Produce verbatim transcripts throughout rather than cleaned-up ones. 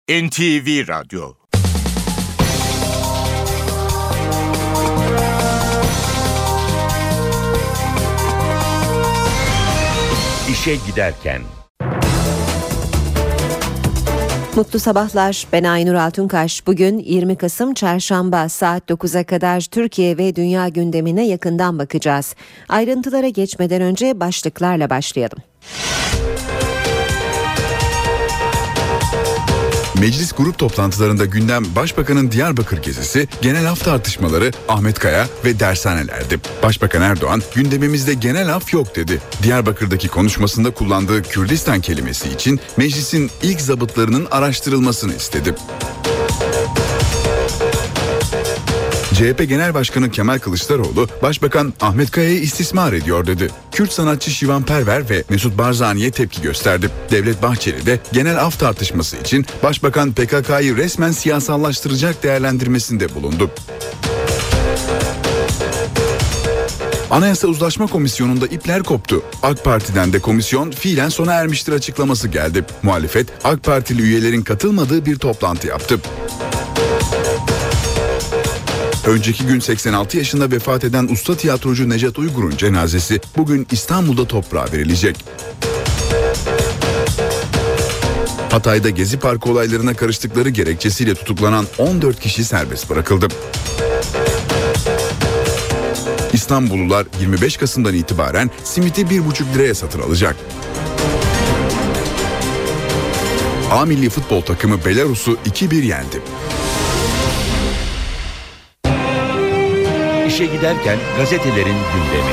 N T V Radyo. İşe giderken. Mutlu sabahlar. Ben Aynur Altunkaş. Bugün yirmi Kasım Çarşamba saat dokuza kadar Türkiye ve dünya gündemine yakından bakacağız. Ayrıntılara geçmeden önce başlıklarla başlayalım. Meclis grup toplantılarında gündem Başbakanın Diyarbakır gezisi, genel af tartışmaları, Ahmet Kaya ve dershanelerdi. Başbakan Erdoğan, gündemimizde genel af yok dedi. Diyarbakır'daki konuşmasında kullandığı Kürdistan kelimesi için meclisin ilk zabıtlarının araştırılmasını istedi. C H P Genel Başkanı Kemal Kılıçdaroğlu, Başbakan Ahmet Kaya'yı istismar ediyor dedi. Kürt sanatçı Şivan Perver ve Mesut Barzani'ye tepki gösterdi. Devlet Bahçeli de genel af tartışması için Başbakan P K K'yı resmen siyasallaştıracak değerlendirmesinde bulundu. Anayasa Uzlaşma Komisyonu'nda ipler koptu. AK Parti'den de komisyon fiilen sona ermiştir açıklaması geldi. Muhalefet, AK Partili üyelerin katılmadığı bir toplantı yaptı. Önceki gün seksen altı yaşında vefat eden usta tiyatrocu Necat Uygur'un cenazesi bugün İstanbul'da toprağa verilecek. Hatay'da Gezi Parkı olaylarına karıştıkları gerekçesiyle tutuklanan on dört kişi serbest bırakıldı. İstanbullular yirmi beş Kasım'dan itibaren simiti bir buçuk liraya satın alacak. A milli futbol takımı Belarus'u iki bir yendi. İşe giderken gazetelerin gündemi.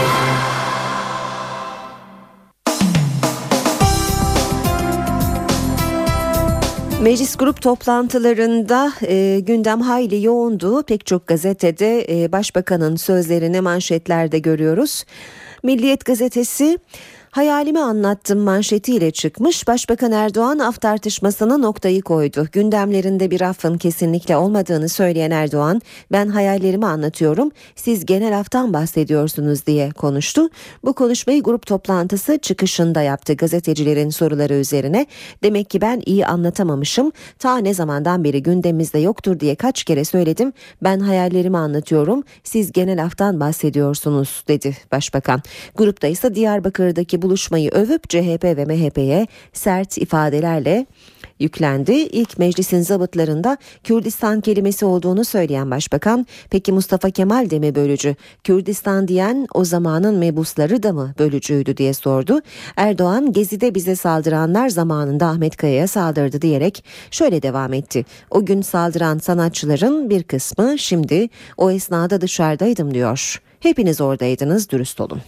Meclis grup toplantılarında e, gündem hayli yoğundu. Pek çok gazetede e, başbakanın sözlerini manşetlerde görüyoruz. Milliyet gazetesi "Hayalimi anlattım" manşetiyle çıkmış. Başbakan Erdoğan af tartışmasına noktayı koydu. Gündemlerinde bir affın kesinlikle olmadığını söyleyen Erdoğan, "Ben hayallerimi anlatıyorum, siz genel aftan bahsediyorsunuz" diye konuştu. Bu konuşmayı grup toplantısı çıkışında yaptı gazetecilerin soruları üzerine. "Demek ki ben iyi anlatamamışım. Ta ne zamandan beri gündemimizde yoktur diye kaç kere söyledim. Ben hayallerimi anlatıyorum, siz genel aftan bahsediyorsunuz" dedi Başbakan. Grupta ise Diyarbakır'daki buluşmayı övüp C H P ve M H P'ye sert ifadelerle yüklendi. İlk meclisin zabıtlarında Kürdistan kelimesi olduğunu söyleyen Başbakan, "Peki Mustafa Kemal de mi bölücü? Kürdistan diyen o zamanın mebusları da mı bölücüydü?" diye sordu. Erdoğan, "Gezi'de bize saldıranlar zamanında Ahmet Kaya'ya saldırdı" diyerek şöyle devam etti. "O gün saldıran sanatçıların bir kısmı şimdi o esnada dışarıdaydım diyor. Hepiniz oradaydınız, dürüst olun."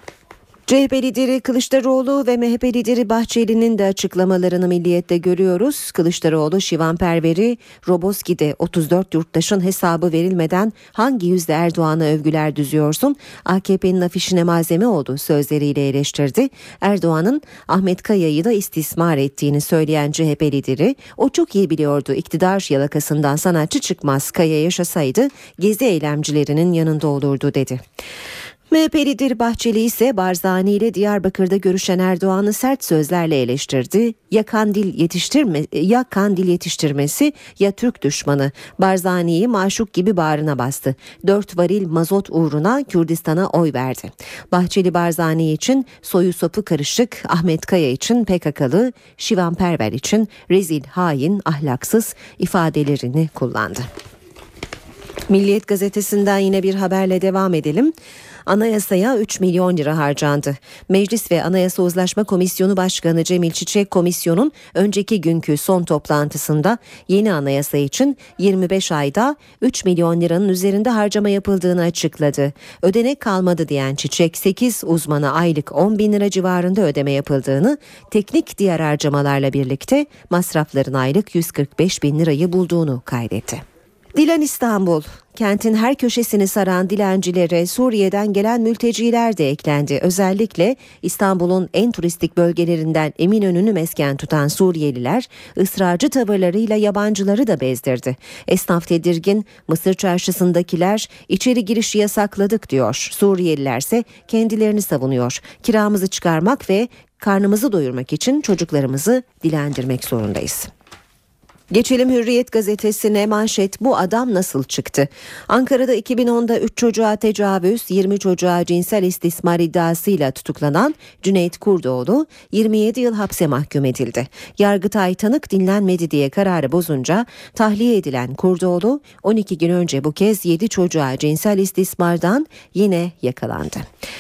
C H P lideri Kılıçdaroğlu ve M H P lideri Bahçeli'nin de açıklamalarını Milliyet'te görüyoruz. Kılıçdaroğlu, "Şivan Perver'i Roboski'de otuz dört yurttaşın hesabı verilmeden hangi yüzle Erdoğan'a övgüler düzüyorsun? A K P'nin afişine malzeme oldu" sözleriyle eleştirdi. Erdoğan'ın Ahmet Kaya'yı da istismar ettiğini söyleyen C H P lideri, "O çok iyi biliyordu, iktidar yalakasından sanatçı çıkmaz, Kaya yaşasaydı Gezi eylemcilerinin yanında olurdu" dedi. M H P lideri Bahçeli ise Barzani ile Diyarbakır'da görüşen Erdoğan'ı sert sözlerle eleştirdi. Ya kandil yetiştirme, ya kandil yetiştirmesi ya Türk düşmanı. Barzani'yi maşuk gibi bağrına bastı. Dört varil mazot uğruna Kürdistan'a oy verdi. Bahçeli, Barzani için soyu sopu karışık, Ahmet Kaya için P K K'lı, Şivan Perver için rezil, hain, ahlaksız ifadelerini kullandı. Milliyet gazetesinden yine bir haberle devam edelim. Anayasaya üç milyon lira harcandı. Meclis ve Anayasa Uzlaşma Komisyonu Başkanı Cemil Çiçek, komisyonun önceki günkü son toplantısında yeni anayasa için yirmi beş ayda üç milyon liranın üzerinde harcama yapıldığını açıkladı. Ödenek kalmadı diyen Çiçek, sekiz uzmana aylık on bin lira civarında ödeme yapıldığını, teknik diğer harcamalarla birlikte masrafların aylık yüz kırk beş bin lirayı bulduğunu kaydetti. Dilan İstanbul. Kentin her köşesini saran dilencilere Suriye'den gelen mülteciler de eklendi. Özellikle İstanbul'un en turistik bölgelerinden Eminönü'nü mesken tutan Suriyeliler ısrarcı tavırlarıyla yabancıları da bezdirdi. Esnaf tedirgin, Mısır Çarşısı'ndakiler içeri girişi yasakladık diyor. Suriyelilerse kendilerini savunuyor. Kiramızı çıkarmak ve karnımızı doyurmak için çocuklarımızı dilendirmek zorundayız. Geçelim Hürriyet gazetesine. Manşet: bu adam nasıl çıktı? Ankara'da iki bin onda üç çocuğa tecavüz, yirmi çocuğa cinsel istismar iddiasıyla tutuklanan Cüneyt Kurdoğlu yirmi yedi yıl hapse mahkum edildi. Yargıtay tanık dinlenmedi diye kararı bozunca tahliye edilen Kurdoğlu on iki gün önce bu kez yedi çocuğa cinsel istismardan yine yakalandı.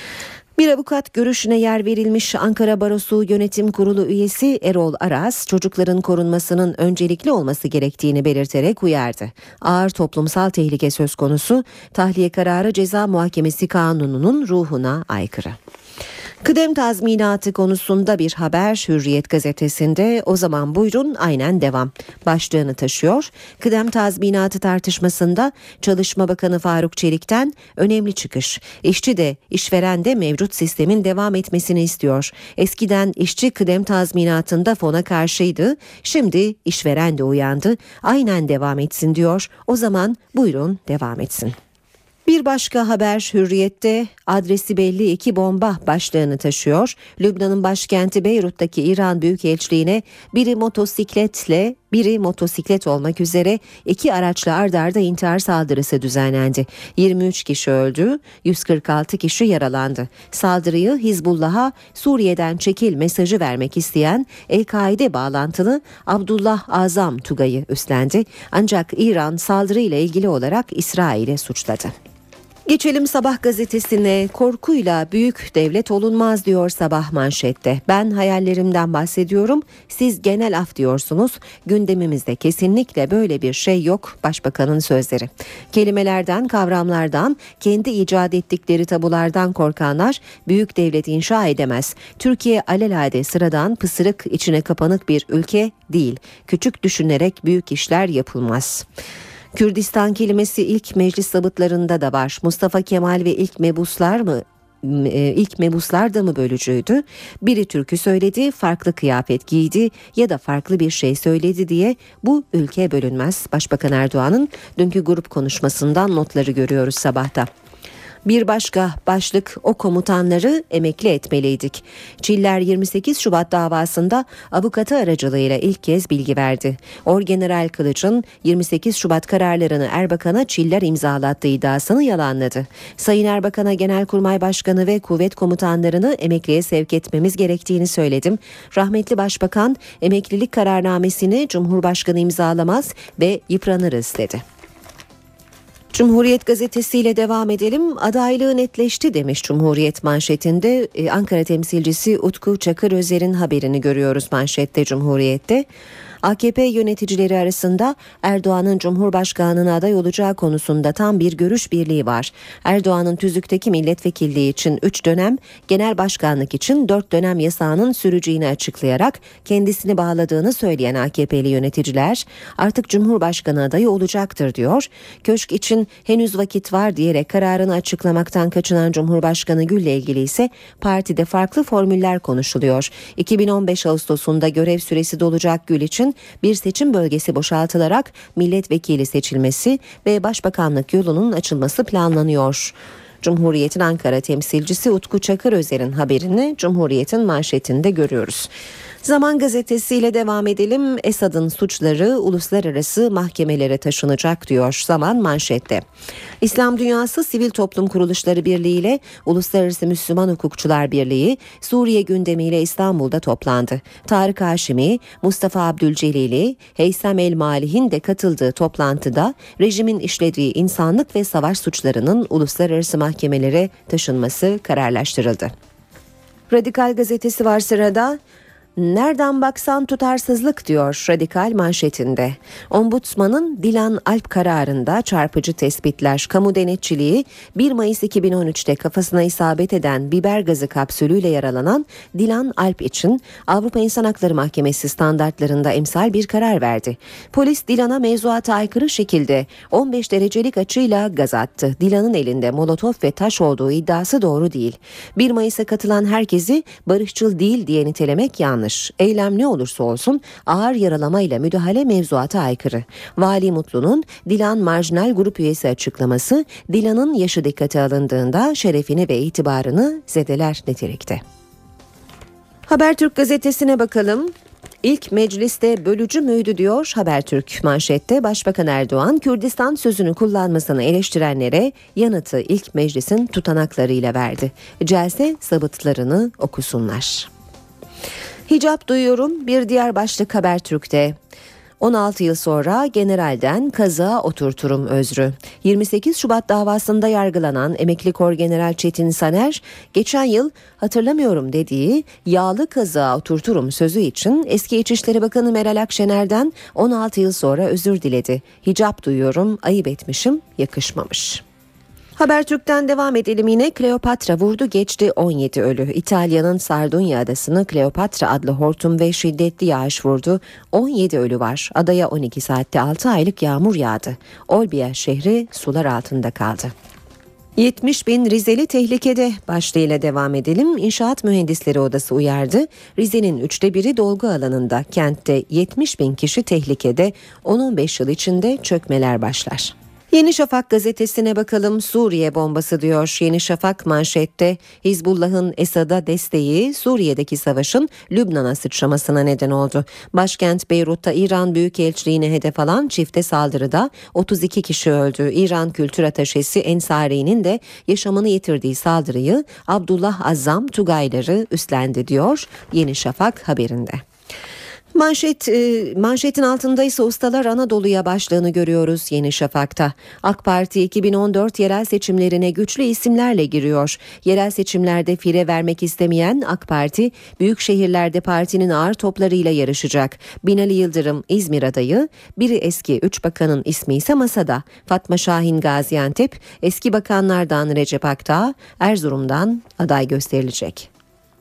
Bir avukat görüşüne yer verilmiş. Ankara Barosu Yönetim Kurulu üyesi Erol Aras, çocukların korunmasının öncelikli olması gerektiğini belirterek uyardı. Ağır toplumsal tehlike söz konusu, tahliye kararı Ceza Muhakemesi Kanunu'nun ruhuna aykırı. Kıdem tazminatı konusunda bir haber Hürriyet gazetesinde. O zaman buyurun aynen devam başlığını taşıyor. Kıdem tazminatı tartışmasında Çalışma Bakanı Faruk Çelik'ten önemli çıkış. İşçi de işveren de mevcut sistemin devam etmesini istiyor. Eskiden işçi kıdem tazminatında fona karşıydı. Şimdi işveren de uyandı. Aynen devam etsin diyor. O zaman buyurun devam etsin. Bir başka haber Hürriyet'te adresi belli iki bomba başlığını taşıyor. Lübnan'ın başkenti Beyrut'taki İran Büyükelçiliğine biri motosikletle biri motosiklet olmak üzere iki araçla ard arda intihar saldırısı düzenlendi. yirmi üç kişi öldü, yüz kırk altı kişi yaralandı. Saldırıyı Hizbullah'a Suriye'den çekil mesajı vermek isteyen El-Kaide bağlantılı Abdullah Azam Tugay'ı üstlendi. Ancak İran saldırıyla ilgili olarak İsrail'i suçladı. Geçelim Sabah gazetesine. Korkuyla büyük devlet olunmaz diyor Sabah manşette. Ben hayallerimden bahsediyorum, siz genel af diyorsunuz. Gündemimizde kesinlikle böyle bir şey yok. Başbakanın sözleri. Kelimelerden, kavramlardan, kendi icat ettikleri tabulardan korkanlar büyük devlet inşa edemez. Türkiye alelade sıradan, pısırık, içine kapanık bir ülke değil. Küçük düşünerek büyük işler yapılmaz. Kürdistan kelimesi ilk meclis zabıtlarında da var. Mustafa Kemal ve ilk mebuslar mı ilk mebuslar da mı bölücüydü? Biri türkü söyledi, farklı kıyafet giydi ya da farklı bir şey söyledi diye bu ülke bölünmez. Başbakan Erdoğan'ın dünkü grup konuşmasından notları görüyoruz Sabah'ta. Bir başka başlık: o komutanları emekli etmeliydik. Çiller yirmi sekiz Şubat davasında avukatı aracılığıyla ilk kez bilgi verdi. Orgeneral Kılıç'ın yirmi sekiz Şubat kararlarını Erbakan'a Çiller imzalattığı iddiasını yalanladı. Sayın Erbakan'a Genelkurmay Başkanı ve kuvvet komutanlarını emekliye sevk etmemiz gerektiğini söyledim. Rahmetli Başbakan emeklilik kararnamesini Cumhurbaşkanı imzalamaz ve yıpranırız dedi. Cumhuriyet gazetesiyle devam edelim. Adaylığı netleşti demiş Cumhuriyet manşetinde. Ee, Ankara temsilcisi Utku Çakırözer'in haberini görüyoruz manşette Cumhuriyet'te. A K P yöneticileri arasında Erdoğan'ın Cumhurbaşkanlığına aday olacağı konusunda tam bir görüş birliği var. Erdoğan'ın tüzükteki milletvekilliği için üç dönem, genel başkanlık için dört dönem yasağının süreceğini açıklayarak kendisini bağladığını söyleyen A K P'li yöneticiler artık Cumhurbaşkanı adayı olacaktır diyor. Köşk için henüz vakit var diyerek kararını açıklamaktan kaçınan Cumhurbaşkanı Gül'le ilgili ise partide farklı formüller konuşuluyor. iki bin on beş Ağustos'unda görev süresi dolacak Gül için bir seçim bölgesi boşaltılarak milletvekili seçilmesi ve başbakanlık yolunun açılması planlanıyor. Cumhuriyet'in Ankara temsilcisi Utku Çakırözer'in haberini Cumhuriyet'in manşetinde görüyoruz. Zaman gazetesiyle devam edelim. Esad'ın suçları uluslararası mahkemelere taşınacak diyor Zaman manşette. İslam Dünyası Sivil Toplum Kuruluşları Birliği ile Uluslararası Müslüman Hukukçular Birliği Suriye gündemiyle İstanbul'da toplandı. Tarık Haşimi, Mustafa Abdülcelili, Heysem El Malih'in de katıldığı toplantıda rejimin işlediği insanlık ve savaş suçlarının uluslararası mahkemelere taşınması kararlaştırıldı. Radikal gazetesi var sırada. Nereden baksan tutarsızlık diyor Radikal manşetinde. Ombudsmanın Dilan Alp kararında çarpıcı tespitler. Kamu denetçiliği bir Mayıs iki bin on üçte kafasına isabet eden biber gazı kapsülüyle yaralanan Dilan Alp için Avrupa İnsan Hakları Mahkemesi standartlarında emsal bir karar verdi. Polis Dilan'a mevzuata aykırı şekilde on beş derecelik açıyla gaz attı. Dilan'ın elinde molotof ve taş olduğu iddiası doğru değil. bir Mayıs'a katılan herkesi barışçıl değil diye nitelemek yanlış. Eylem ne olursa olsun ağır yaralamayla müdahale mevzuata aykırı. Vali Mutlu'nun Dilan marjinal grup üyesi açıklaması Dilan'ın yaşı dikkate alındığında şerefini ve itibarını zedeler nitelikte. Habertürk gazetesine bakalım. İlk mecliste bölücü müydü diyor Habertürk manşette. Başbakan Erdoğan Kürdistan sözünü kullanmasını eleştirenlere yanıtı ilk meclisin tutanaklarıyla verdi. Celse zabıtlarını okusunlar. Hicap duyuyorum bir diğer başlık Habertürk'te. on altı yıl sonra generalden kazığa oturturum özrü. yirmi sekiz Şubat davasında yargılanan emekli Korgeneral Çetin Saner, geçen yıl hatırlamıyorum dediği yağlı kazığa oturturum sözü için eski İçişleri Bakanı Meral Akşener'den on altı yıl sonra özür diledi. Hicap duyuyorum, ayıp etmişim, yakışmamış. Habertürk'ten devam edelim yine. Kleopatra vurdu geçti on yedi ölü. İtalya'nın Sardunya adasını Kleopatra adlı hortum ve şiddetli yağış vurdu. on yedi ölü var. Adaya on iki saatte altı aylık yağmur yağdı. Olbia şehri sular altında kaldı. yetmiş bin Rizeli tehlikede başlığıyla devam edelim. İnşaat Mühendisleri Odası uyardı. Rize'nin üçte biri dolgu alanında. Kentte yetmiş bin kişi tehlikede. on on beş yıl içinde çökmeler başlar. Yeni Şafak gazetesine bakalım. Suriye bombası diyor Yeni Şafak manşette. Hizbullah'ın Esad'a desteği Suriye'deki savaşın Lübnan'a sıçramasına neden oldu. Başkent Beyrut'ta İran Büyükelçiliğine hedef alan çifte saldırıda otuz iki kişi öldü. İran Kültür Ataşesi Ensari'nin de yaşamını yitirdiği saldırıyı Abdullah Azzam Tugayları üstlendi diyor Yeni Şafak haberinde. Manşet, manşetin altında ise Ustalar Anadolu'ya başlığını görüyoruz Yeni Şafak'ta. AK Parti iki bin on dört yerel seçimlerine güçlü isimlerle giriyor. Yerel seçimlerde fire vermek istemeyen AK Parti, büyük şehirlerde partinin ağır toplarıyla yarışacak. Binali Yıldırım İzmir adayı, biri eski üç bakanın ismi ise masada. Fatma Şahin Gaziantep, eski bakanlardan Recep Akdağ, Erzurum'dan aday gösterilecek.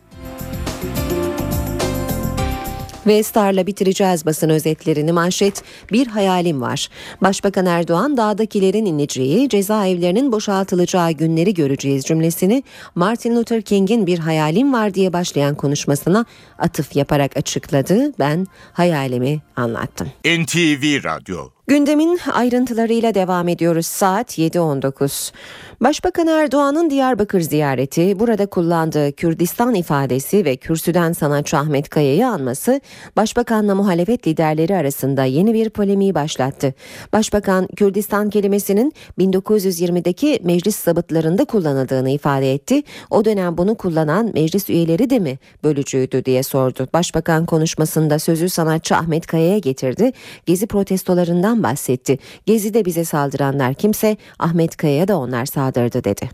Ve Star'la bitireceğiz basın özetlerini. Manşet, bir hayalim var. Başbakan Erdoğan dağdakilerin ineceği, cezaevlerinin boşaltılacağı günleri göreceğiz cümlesini Martin Luther King'in bir hayalim var diye başlayan konuşmasına atıf yaparak açıkladı. Ben hayalimi anlattım. N T V Radyo. Gündemin ayrıntılarıyla devam ediyoruz. Saat yedi on dokuz. Başbakan Erdoğan'ın Diyarbakır ziyareti, burada kullandığı Kürdistan ifadesi ve kürsüden sanatçı Ahmet Kaya'yı anması Başbakan'la muhalefet liderleri arasında yeni bir polemiği başlattı. Başbakan Kürdistan kelimesinin bin dokuz yüz yirmideki meclis zabıtlarında kullanıldığını ifade etti. O dönem bunu kullanan meclis üyeleri de mi bölücüydü diye sordu. Başbakan konuşmasında sözü sanatçı Ahmet Kaya'ya getirdi. Gezi protestolarından bahsetti. Gezi'de bize saldıranlar kimse, Ahmet Kaya'ya da onlar saldırdı dedi.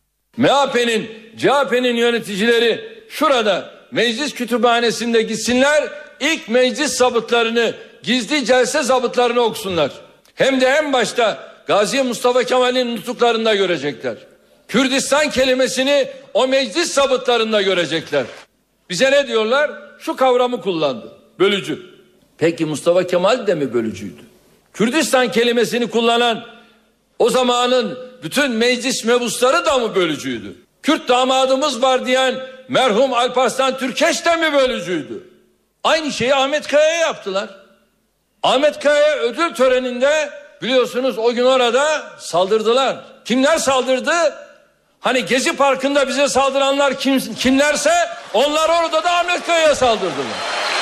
M H P'nin, C H P'nin yöneticileri şurada meclis kütüphanesinde gitsinler, ilk meclis zabıtlarını, gizli celse zabıtlarını okusunlar. Hem de en başta Gazi Mustafa Kemal'in nutuklarında görecekler. Kürdistan kelimesini o meclis zabıtlarında görecekler. Bize ne diyorlar? Şu kavramı kullandı. Bölücü. Peki Mustafa Kemal de mi bölücüydü? Kürdistan kelimesini kullanan o zamanın bütün meclis mebusları da mı bölücüydü? Kürt damadımız var diyen merhum Alparslan Türkeş de mi bölücüydü? Aynı şeyi Ahmet Kaya'ya yaptılar. Ahmet Kaya'ya ödül töreninde biliyorsunuz o gün orada saldırdılar. Kimler saldırdı? Hani Gezi Parkı'nda bize saldıranlar kim, kimlerse onlar orada da Ahmet Kaya'ya saldırdılar.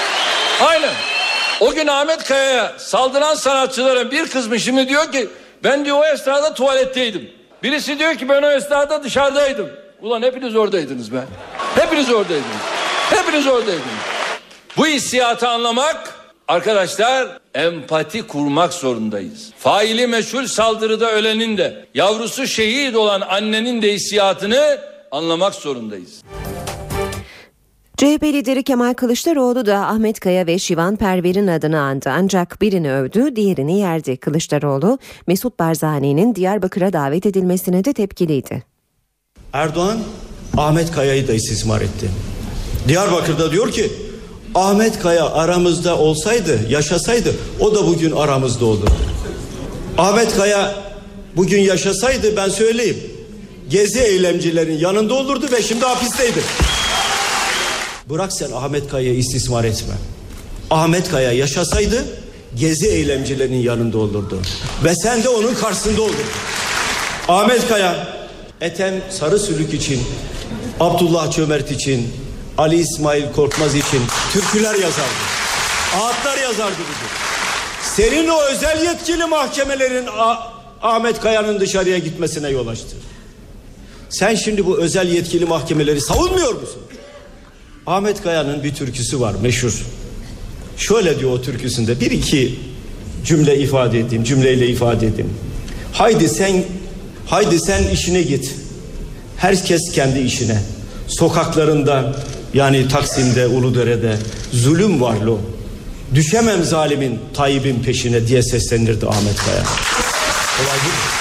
Aynen. O gün Ahmet Kaya'ya saldıran sanatçıların bir kısmı şimdi diyor ki ben diyor o esnada tuvaletteydim. Birisi diyor ki ben o esnada dışarıdaydım. Ulan hepiniz oradaydınız be. Hepiniz oradaydınız. Hepiniz oradaydınız. Bu hissiyatı anlamak arkadaşlar, empati kurmak zorundayız. Faili meçhul saldırıda ölenin de yavrusu şehit olan annenin de hissiyatını anlamak zorundayız. C H P lideri Kemal Kılıçdaroğlu da Ahmet Kaya ve Şivan Perver'in adını andı. Ancak birini övdü, diğerini yerdi. Kılıçdaroğlu, Mesut Barzani'nin Diyarbakır'a davet edilmesine de tepkiliydi. Erdoğan, Ahmet Kaya'yı da istismar etti. Diyarbakır'da diyor ki, Ahmet Kaya aramızda olsaydı, yaşasaydı, o da bugün aramızda olurdu. Ahmet Kaya bugün yaşasaydı ben söyleyeyim, Gezi eylemcilerin yanında olurdu ve şimdi hapisteydi. Bırak sen Ahmet Kaya'yı istismar etme. Ahmet Kaya yaşasaydı Gezi eylemcilerinin yanında olurdu. Ve sen de onun karşısında olurdun. Ahmet Kaya, Ethem Sarısülük için, Abdullah Cömert için, Ali İsmail Korkmaz için türküler yazardı. Ağıtlar yazardı bugün. Senin o özel yetkili mahkemelerin A- Ahmet Kaya'nın dışarıya gitmesine yol açtı. Sen şimdi bu özel yetkili mahkemeleri savunmuyor musun? Ahmet Kaya'nın bir türküsü var meşhur. Şöyle diyor o türküsünde, bir iki cümle ifade edeyim, cümleyle ifade edeyim. Haydi sen, haydi sen işine git. Herkes kendi işine. Sokaklarında, yani Taksim'de, Uludere'de zulüm var lo. Düşemem zalimin, Tayyip'in peşine diye seslenirdi Ahmet Kaya. Kolay değil mi?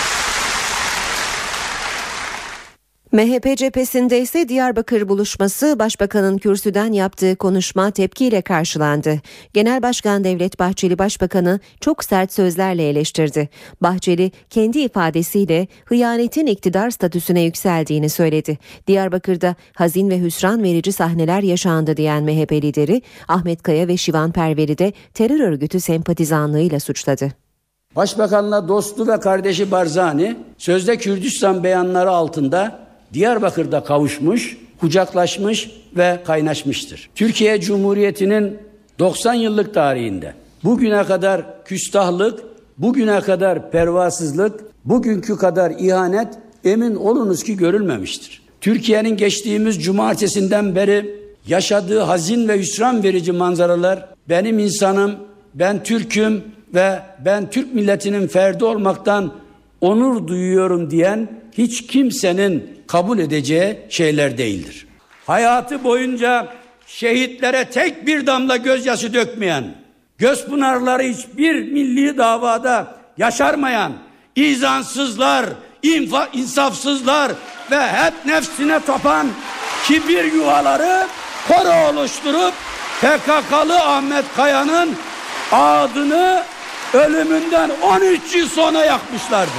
M H P cephesinde ise Diyarbakır buluşması Başbakanın kürsüden yaptığı konuşma tepkiyle karşılandı. Genel Başkan Devlet Bahçeli Başbakanı çok sert sözlerle eleştirdi. Bahçeli kendi ifadesiyle hıyanetin iktidar statüsüne yükseldiğini söyledi. Diyarbakır'da hazin ve hüsran verici sahneler yaşandı diyen M H P lideri Ahmet Kaya ve Şivan Perver'i de terör örgütü sempatizanlığıyla suçladı. Başbakanla dostu ve kardeşi Barzani sözde Kürdistan beyanları altında Diyarbakır'da kavuşmuş, kucaklaşmış ve kaynaşmıştır. Türkiye Cumhuriyeti'nin doksan yıllık tarihinde bugüne kadar küstahlık, bugüne kadar pervasızlık, bugünkü kadar ihanet emin olunuz ki görülmemiştir. Türkiye'nin geçtiğimiz cumartesinden beri yaşadığı hazin ve hüsran verici manzaralar, benim insanım, ben Türk'üm ve ben Türk milletinin ferdi olmaktan onur duyuyorum diyen hiç kimsenin kabul edeceği şeyler değildir. Hayatı boyunca şehitlere tek bir damla gözyaşı dökmeyen, gözpınarları hiçbir milli davada yaşarmayan, izansızlar, infa, insafsızlar ve hep nefsine tapan kibir yuvaları koro oluşturup P K K'lı Ahmet Kaya'nın adını ölümünden on üç yıl sonra yakmışlardır.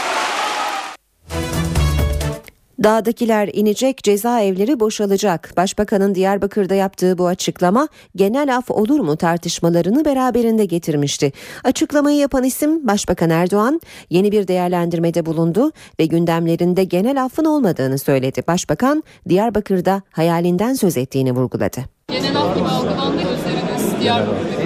Dağdakiler inecek, cezaevleri boşalacak. Başbakanın Diyarbakır'da yaptığı bu açıklama genel af olur mu tartışmalarını beraberinde getirmişti. Açıklamayı yapan isim Başbakan Erdoğan yeni bir değerlendirmede bulundu ve gündemlerinde genel affın olmadığını söyledi. Başbakan Diyarbakır'da hayalinden söz ettiğini vurguladı. Genel af gibi algılandı gözleriniz Diyarbakır'da.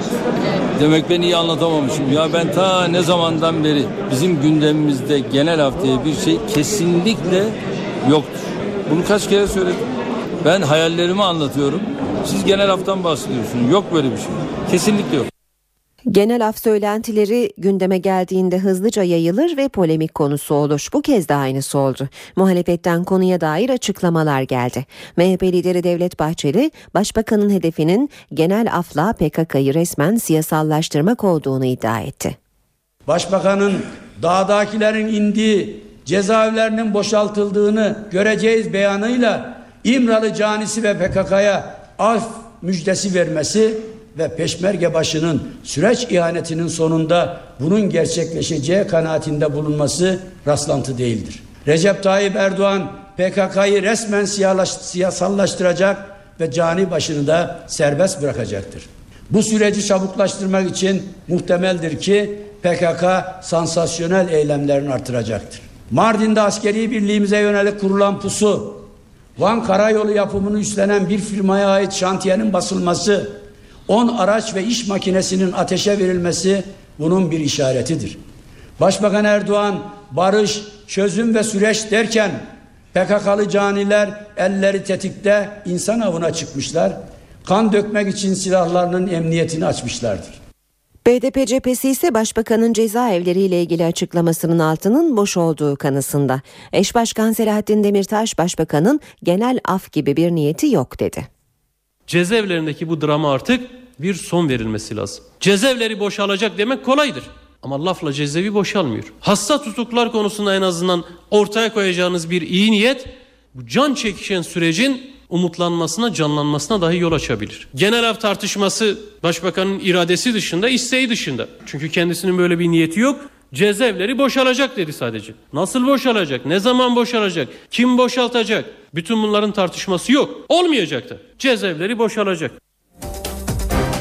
Demek ben iyi anlatamamışım. Ya ben ta ne zamandan beri bizim gündemimizde genel af diye bir şey kesinlikle yoktur. Bunu kaç kere söyledim. Ben hayallerimi anlatıyorum. Siz genel aftan bahsediyorsunuz. Yok böyle bir şey. Kesinlikle yok. Genel af söylentileri gündeme geldiğinde hızlıca yayılır ve polemik konusu olur. Bu kez de aynısı oldu. Muhalefetten konuya dair açıklamalar geldi. M H P lideri Devlet Bahçeli, Başbakanın hedefinin genel afla P K K'yı resmen siyasallaştırmak olduğunu iddia etti. Başbakanın dağdakilerin indiği, cezaevlerinin boşaltıldığını göreceğiz beyanıyla İmralı canisi ve P K K'ya af müjdesi vermesi ve peşmerge başının süreç ihanetinin sonunda bunun gerçekleşeceği kanaatinde bulunması rastlantı değildir. Recep Tayyip Erdoğan P K K'yı resmen siyasallaştıracak ve cani başını da serbest bırakacaktır. Bu süreci çabuklaştırmak için muhtemeldir ki P K K sansasyonel eylemlerini artıracaktır. Mardin'de askeri birliğimize yönelik kurulan pusu, Van Karayolu yapımını üstlenen bir firmaya ait şantiyenin basılması, on araç ve iş makinesinin ateşe verilmesi bunun bir işaretidir. Başbakan Erdoğan barış, çözüm ve süreç derken P K K'lı caniler elleri tetikte insan avına çıkmışlar. Kan dökmek için silahlarının emniyetini açmışlardır. B D P cephesi ise Başbakanın cezaevleriyle ilgili açıklamasının altının boş olduğu kanısında. Eş Başkan Selahattin Demirtaş, Başbakanın genel af gibi bir niyeti yok dedi. Cezaevlerindeki bu drama artık bir son verilmesi lazım. Cezaevleri boşalacak demek kolaydır. Ama lafla cezaevi boşalmıyor. Hasta tutuklar konusunda en azından ortaya koyacağınız bir iyi niyet bu can çekişen sürecin umutlanmasına, canlanmasına dahi yol açabilir. Genel af tartışması Başbakanın iradesi dışında, isteği dışında. Çünkü kendisinin böyle bir niyeti yok. Cezaevleri boşalacak dedi sadece. Nasıl boşalacak? Ne zaman boşalacak? Kim boşaltacak? Bütün bunların tartışması yok. Olmayacak da. Cezaevleri boşalacak.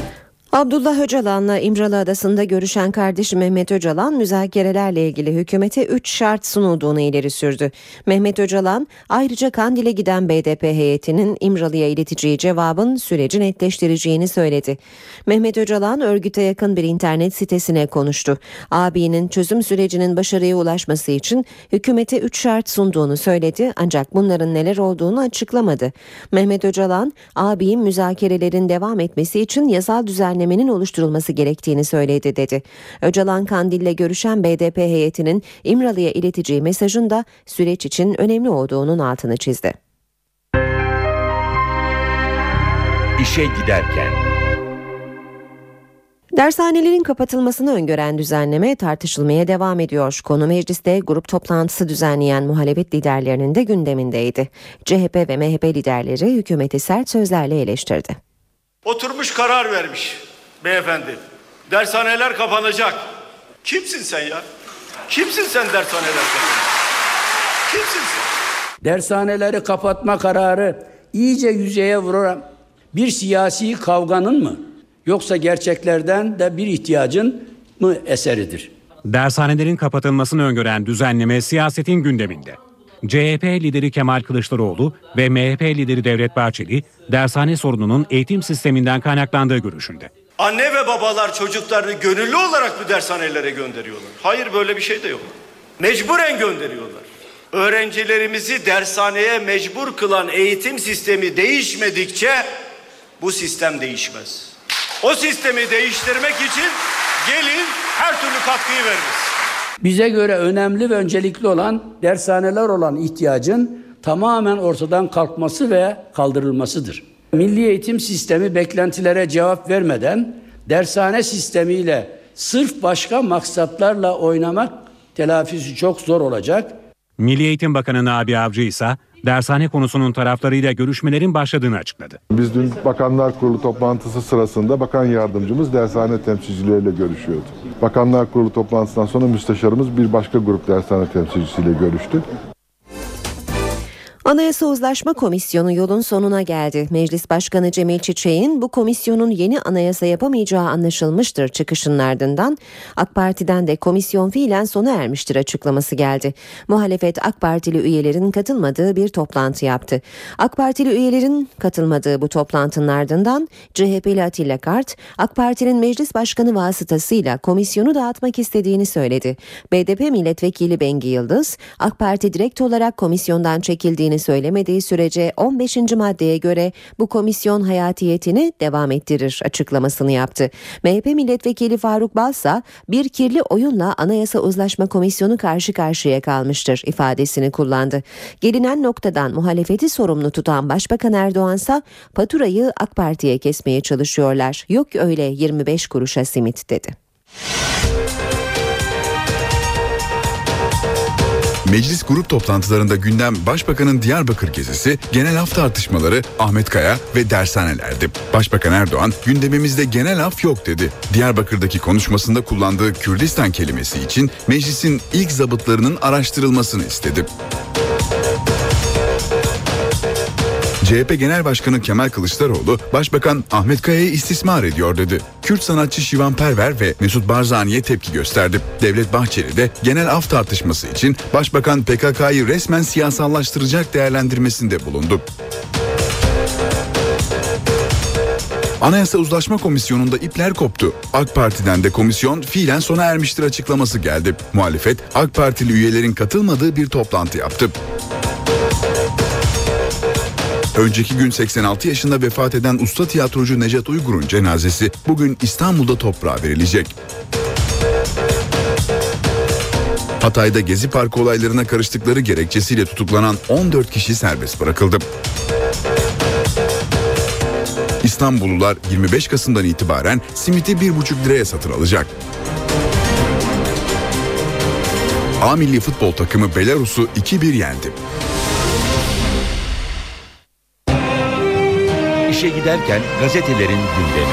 Abdullah Öcalan'la İmralı Adası'nda görüşen kardeşi Mehmet Öcalan müzakerelerle ilgili hükümete üç şart sunulduğunu ileri sürdü. Mehmet Öcalan ayrıca Kandil'e giden B D P heyetinin İmralı'ya ileteceği cevabın süreci netleştireceğini söyledi. Mehmet Öcalan örgüte yakın bir internet sitesine konuştu. Abinin çözüm sürecinin başarıya ulaşması için hükümete üç şart sunduğunu söyledi ancak bunların neler olduğunu açıklamadı. Mehmet Öcalan abinin müzakerelerin devam etmesi için yasal düzenlemenin oluşturulması gerektiğini söyledi dedi. Öcalan Kandil'le görüşen B D P heyetinin İmralı'ya ileteceği mesajın da süreç için önemli olduğunun altını çizdi. İşe giderken. Dershanelerin kapatılmasını öngören düzenleme tartışılmaya devam ediyor. Konu mecliste grup toplantısı düzenleyen muhalefet liderlerinin de gündemindeydi. C H P ve M H P liderleri hükümeti sert sözlerle eleştirdi. Oturmuş karar vermiş beyefendi. Dershaneler kapanacak. Kimsin sen ya? Kimsin sen dershaneler kapanacak? Kimsin sen? Dershaneleri kapatma kararı iyice yüzeye vuran bir siyasi kavganın mı yoksa gerçeklerden de bir ihtiyacın mı eseridir? Dershanelerin kapatılmasını öngören düzenleme siyasetin gündeminde. C H P lideri Kemal Kılıçdaroğlu ve M H P lideri Devlet Bahçeli dershane sorununun eğitim sisteminden kaynaklandığı görüşünde. Anne ve babalar çocuklarını gönüllü olarak bu dershanelere gönderiyorlar. Hayır, böyle bir şey de yok. Mecburen gönderiyorlar. Öğrencilerimizi dershaneye mecbur kılan eğitim sistemi değişmedikçe bu sistem değişmez. O sistemi değiştirmek için gelin her türlü katkıyı veririz. Bize göre önemli ve öncelikli olan dershaneler olan ihtiyacın tamamen ortadan kalkması ve kaldırılmasıdır. Milli eğitim sistemi beklentilere cevap vermeden dershane sistemiyle sırf başka maksatlarla oynamak telafisi çok zor olacak. Milli Eğitim Bakanı Nabi Avcı ise dershane konusunun taraflarıyla görüşmelerin başladığını açıkladı. Biz dün Bakanlar Kurulu toplantısı sırasında bakan yardımcımız dershane temsilcileriyle görüşüyordu. Bakanlar Kurulu toplantısından sonra müsteşarımız bir başka grup dershane temsilcisiyle görüştü. Anayasa Uzlaşma Komisyonu yolun sonuna geldi. Meclis Başkanı Cemil Çiçek'in bu komisyonun yeni anayasa yapamayacağı anlaşılmıştır çıkışının ardından AK Parti'den de komisyon fiilen sona ermiştir açıklaması geldi. Muhalefet AK Partili üyelerin katılmadığı bir toplantı yaptı. AK Partili üyelerin katılmadığı bu toplantının ardından C H P'li Atilla Kart, AK Parti'nin meclis başkanı vasıtasıyla komisyonu dağıtmak istediğini söyledi. B D P milletvekili Bengi Yıldız, AK Parti direkt olarak komisyondan çekildiğini söylemediği sürece on beşinci maddeye göre bu komisyon hayatiyetini devam ettirir açıklamasını yaptı. M H P milletvekili Faruk Balsa bir kirli oyunla Anayasa Uzlaşma Komisyonu karşı karşıya kalmıştır ifadesini kullandı. Gelinen noktadan muhalefeti sorumlu tutan Başbakan Erdoğan ise faturayı AK Parti'ye kesmeye çalışıyorlar. Yok öyle yirmi beş kuruşa simit dedi. Meclis grup toplantılarında gündem Başbakan'ın Diyarbakır gezisi, genel af tartışmaları, Ahmet Kaya ve dershanelerdi. Başbakan Erdoğan gündemimizde genel af yok dedi. Diyarbakır'daki konuşmasında kullandığı Kürdistan kelimesi için meclisin ilk zabıtlarının araştırılmasını istedi. C H P Genel Başkanı Kemal Kılıçdaroğlu, Başbakan Ahmet Kaya'yı istismar ediyor dedi. Kürt sanatçı Şivan Perver ve Mesut Barzani'ye tepki gösterdi. Devlet Bahçeli de genel af tartışması için Başbakan P K K'yı resmen siyasallaştıracak değerlendirmesinde bulundu. Anayasa Uzlaşma Komisyonu'nda ipler koptu. AK Parti'den de komisyon fiilen sona ermiştir açıklaması geldi. Muhalefet, AK Partili üyelerin katılmadığı bir toplantı yaptı. Önceki gün seksen altı yaşında vefat eden usta tiyatrocu Necat Uygur'un cenazesi bugün İstanbul'da toprağa verilecek. Hatay'da Gezi Parkı olaylarına karıştıkları gerekçesiyle tutuklanan on dört kişi serbest bırakıldı. İstanbullular yirmi beş Kasım'dan itibaren simiti bir buçuk liraya satın alacak. A milli futbol takımı Belarus'u iki bir yendi. İşe giderken gazetelerin gündemi.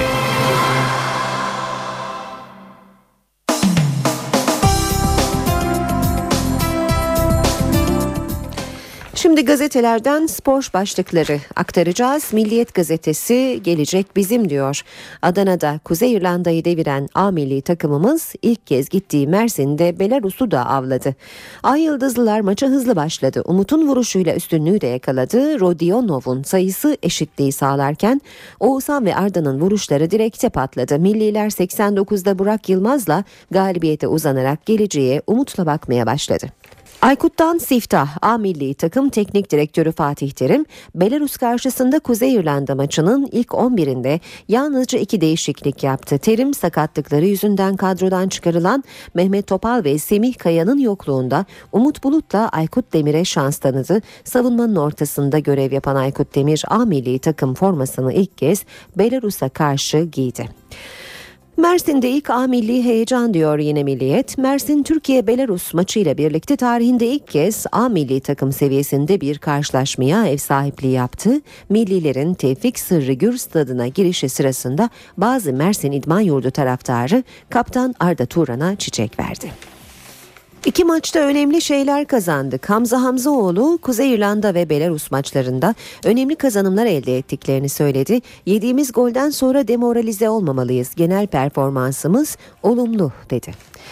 Şimdi gazetelerden spor başlıkları aktaracağız. Milliyet gazetesi gelecek bizim diyor. Adana'da Kuzey İrlanda'yı deviren A milli takımımız ilk kez gittiği Mersin'de Belarus'u da avladı. Ay Yıldızlılar maça hızlı başladı. Umut'un vuruşuyla üstünlüğü de yakaladı. Rodionov'un sayısı eşitliği sağlarken Oğuzhan ve Arda'nın vuruşları direkte patladı. Milliler seksen dokuzda Burak Yılmaz'la galibiyete uzanarak geleceğe umutla bakmaya başladı. Aykut'tan siftah. A milli takım teknik direktörü Fatih Terim, Belarus karşısında Kuzey İrlanda maçının ilk on birinde yalnızca iki değişiklik yaptı. Terim sakatlıkları yüzünden kadrodan çıkarılan Mehmet Topal ve Semih Kaya'nın yokluğunda Umut Bulut'la Aykut Demir'e şans tanıdı. Savunmanın ortasında görev yapan Aykut Demir A milli takım formasını ilk kez Belarus'a karşı giydi. Mersin'de ilk A milli heyecan diyor yine Milliyet. Mersin Türkiye-Belarus maçıyla birlikte tarihinde ilk kez A milli takım seviyesinde bir karşılaşmaya ev sahipliği yaptı. Millilerin Tevfik Sırrı Gür stadına girişi sırasında bazı Mersin İdman Yurdu taraftarı kaptan Arda Turan'a çiçek verdi. İki maçta önemli şeyler kazandık. Hamza Hamzaoğlu Kuzey İrlanda ve Belarus maçlarında önemli kazanımlar elde ettiklerini söyledi. Yediğimiz golden sonra demoralize olmamalıyız. Genel performansımız olumlu dedi.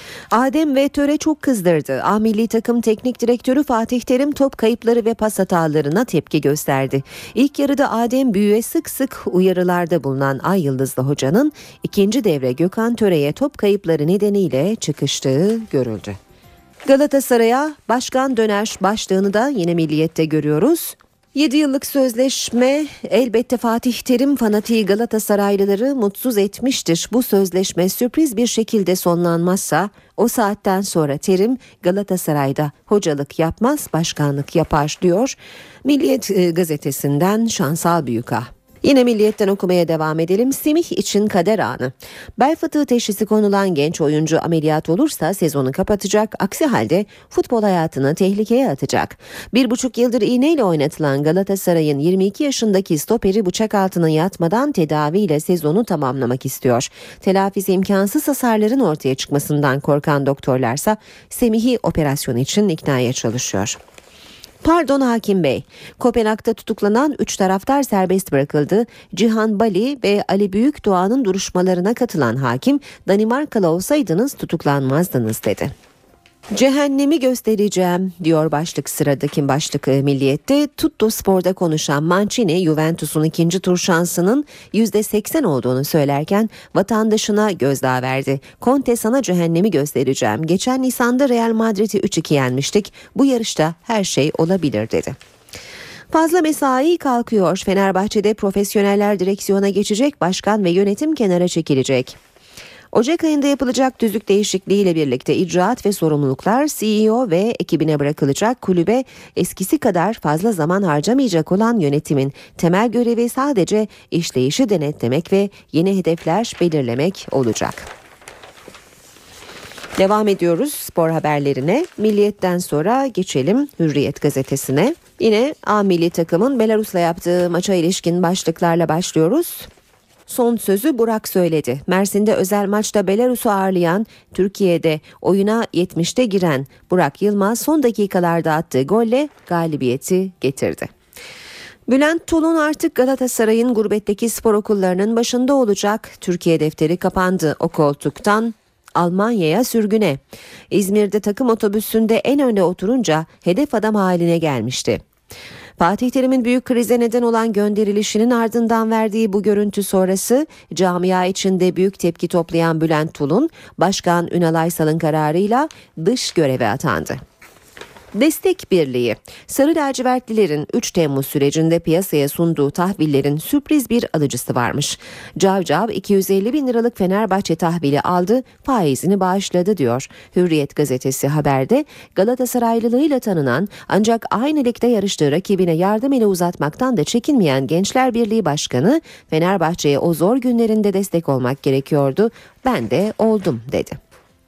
Adem ve Töre çok kızdırdı. A milli takım teknik direktörü Fatih Terim top kayıpları ve pas hatalarına tepki gösterdi. İlk yarıda Adem Büyük'e sık sık uyarılarda bulunan Ay Yıldızlı hocanın ikinci devre Gökhan Töre'ye top kayıpları nedeniyle çıkıştığı görüldü. Galatasaray'a başkan döner başlığını da yine Milliyet'te görüyoruz. yedi yıllık sözleşme elbette Fatih Terim fanatiği Galatasaraylıları mutsuz etmiştir. Bu sözleşme sürpriz bir şekilde sonlanmazsa o saatten sonra Terim Galatasaray'da hocalık yapmaz, başkanlık yapar diyor. Milliyet gazetesinden Şansal Büyükağ. Yine Milliyet'ten okumaya devam edelim. Semih için kader anı. Bel fıtığı teşhisi konulan genç oyuncu ameliyat olursa sezonu kapatacak. Aksi halde futbol hayatını tehlikeye atacak. Bir buçuk yıldır iğneyle oynatılan Galatasaray'ın yirmi iki yaşındaki stoperi bıçak altına yatmadan tedaviyle sezonu tamamlamak istiyor. Telafisi imkansız hasarların ortaya çıkmasından korkan doktorlarsa Semih'i operasyon için iknaya çalışıyor. Pardon Hakim Bey, Kopenhag'da tutuklanan üç taraftar serbest bırakıldı. Cihan Bali ve Ali Büyükdoğan'ın duruşmalarına katılan hakim, Danimarkalı olsaydınız tutuklanmazdınız dedi. Cehennemi göstereceğim diyor başlık sıradaki başlık Milliyet'te. Tutto Spor'da konuşan Mancini, Juventus'un ikinci tur şansının yüzde seksen olduğunu söylerken vatandaşına gözdağı verdi. Conte sana cehennemi göstereceğim. Geçen Nisan'da Real Madrid'i üç iki yenmiştik. Bu yarışta her şey olabilir dedi. Fazla mesai kalkıyor. Fenerbahçe'de profesyoneller direksiyona geçecek, başkan ve yönetim kenara çekilecek. Ocak ayında yapılacak tüzük değişikliğiyle birlikte icraat ve sorumluluklar C E O ve ekibine bırakılacak. Kulübe eskisi kadar fazla zaman harcamayacak olan yönetimin temel görevi sadece işleyişi denetlemek ve yeni hedefler belirlemek olacak. Devam ediyoruz spor haberlerine. Milliyet'ten sonra geçelim Hürriyet gazetesine. Yine A milli takımın Belarus'la yaptığı maça ilişkin başlıklarla başlıyoruz. Son sözü Burak söyledi. Mersin'de özel maçta Belarus'u ağırlayan, Türkiye'de oyuna yetmişte giren Burak Yılmaz son dakikalarda attığı golle galibiyeti getirdi. Bülent Tulun artık Galatasaray'ın gurbetteki spor okullarının başında olacak. Türkiye defteri kapandı. O koltuktan Almanya'ya sürgüne. İzmir'de takım otobüsünde en önde oturunca hedef adam haline gelmişti. Fatih Terim'in büyük krize neden olan gönderilişinin ardından verdiği bu görüntü sonrası camia içinde büyük tepki toplayan Bülent Tulun, Başkan Ünal Aysal'ın kararıyla dış göreve atandı. Destek Birliği, Sarı lacivertlilerin üç Temmuz sürecinde piyasaya sunduğu tahvillerin sürpriz bir alıcısı varmış. Cavcav iki yüz elli bin liralık Fenerbahçe tahvili aldı, faizini bağışladı diyor. Hürriyet gazetesi haberde Galatasaraylılığıyla tanınan ancak aynı ligde yarıştığı rakibine yardım eli uzatmaktan da çekinmeyen Gençler Birliği Başkanı, Fenerbahçe'ye o zor günlerinde destek olmak gerekiyordu, ben de oldum dedi.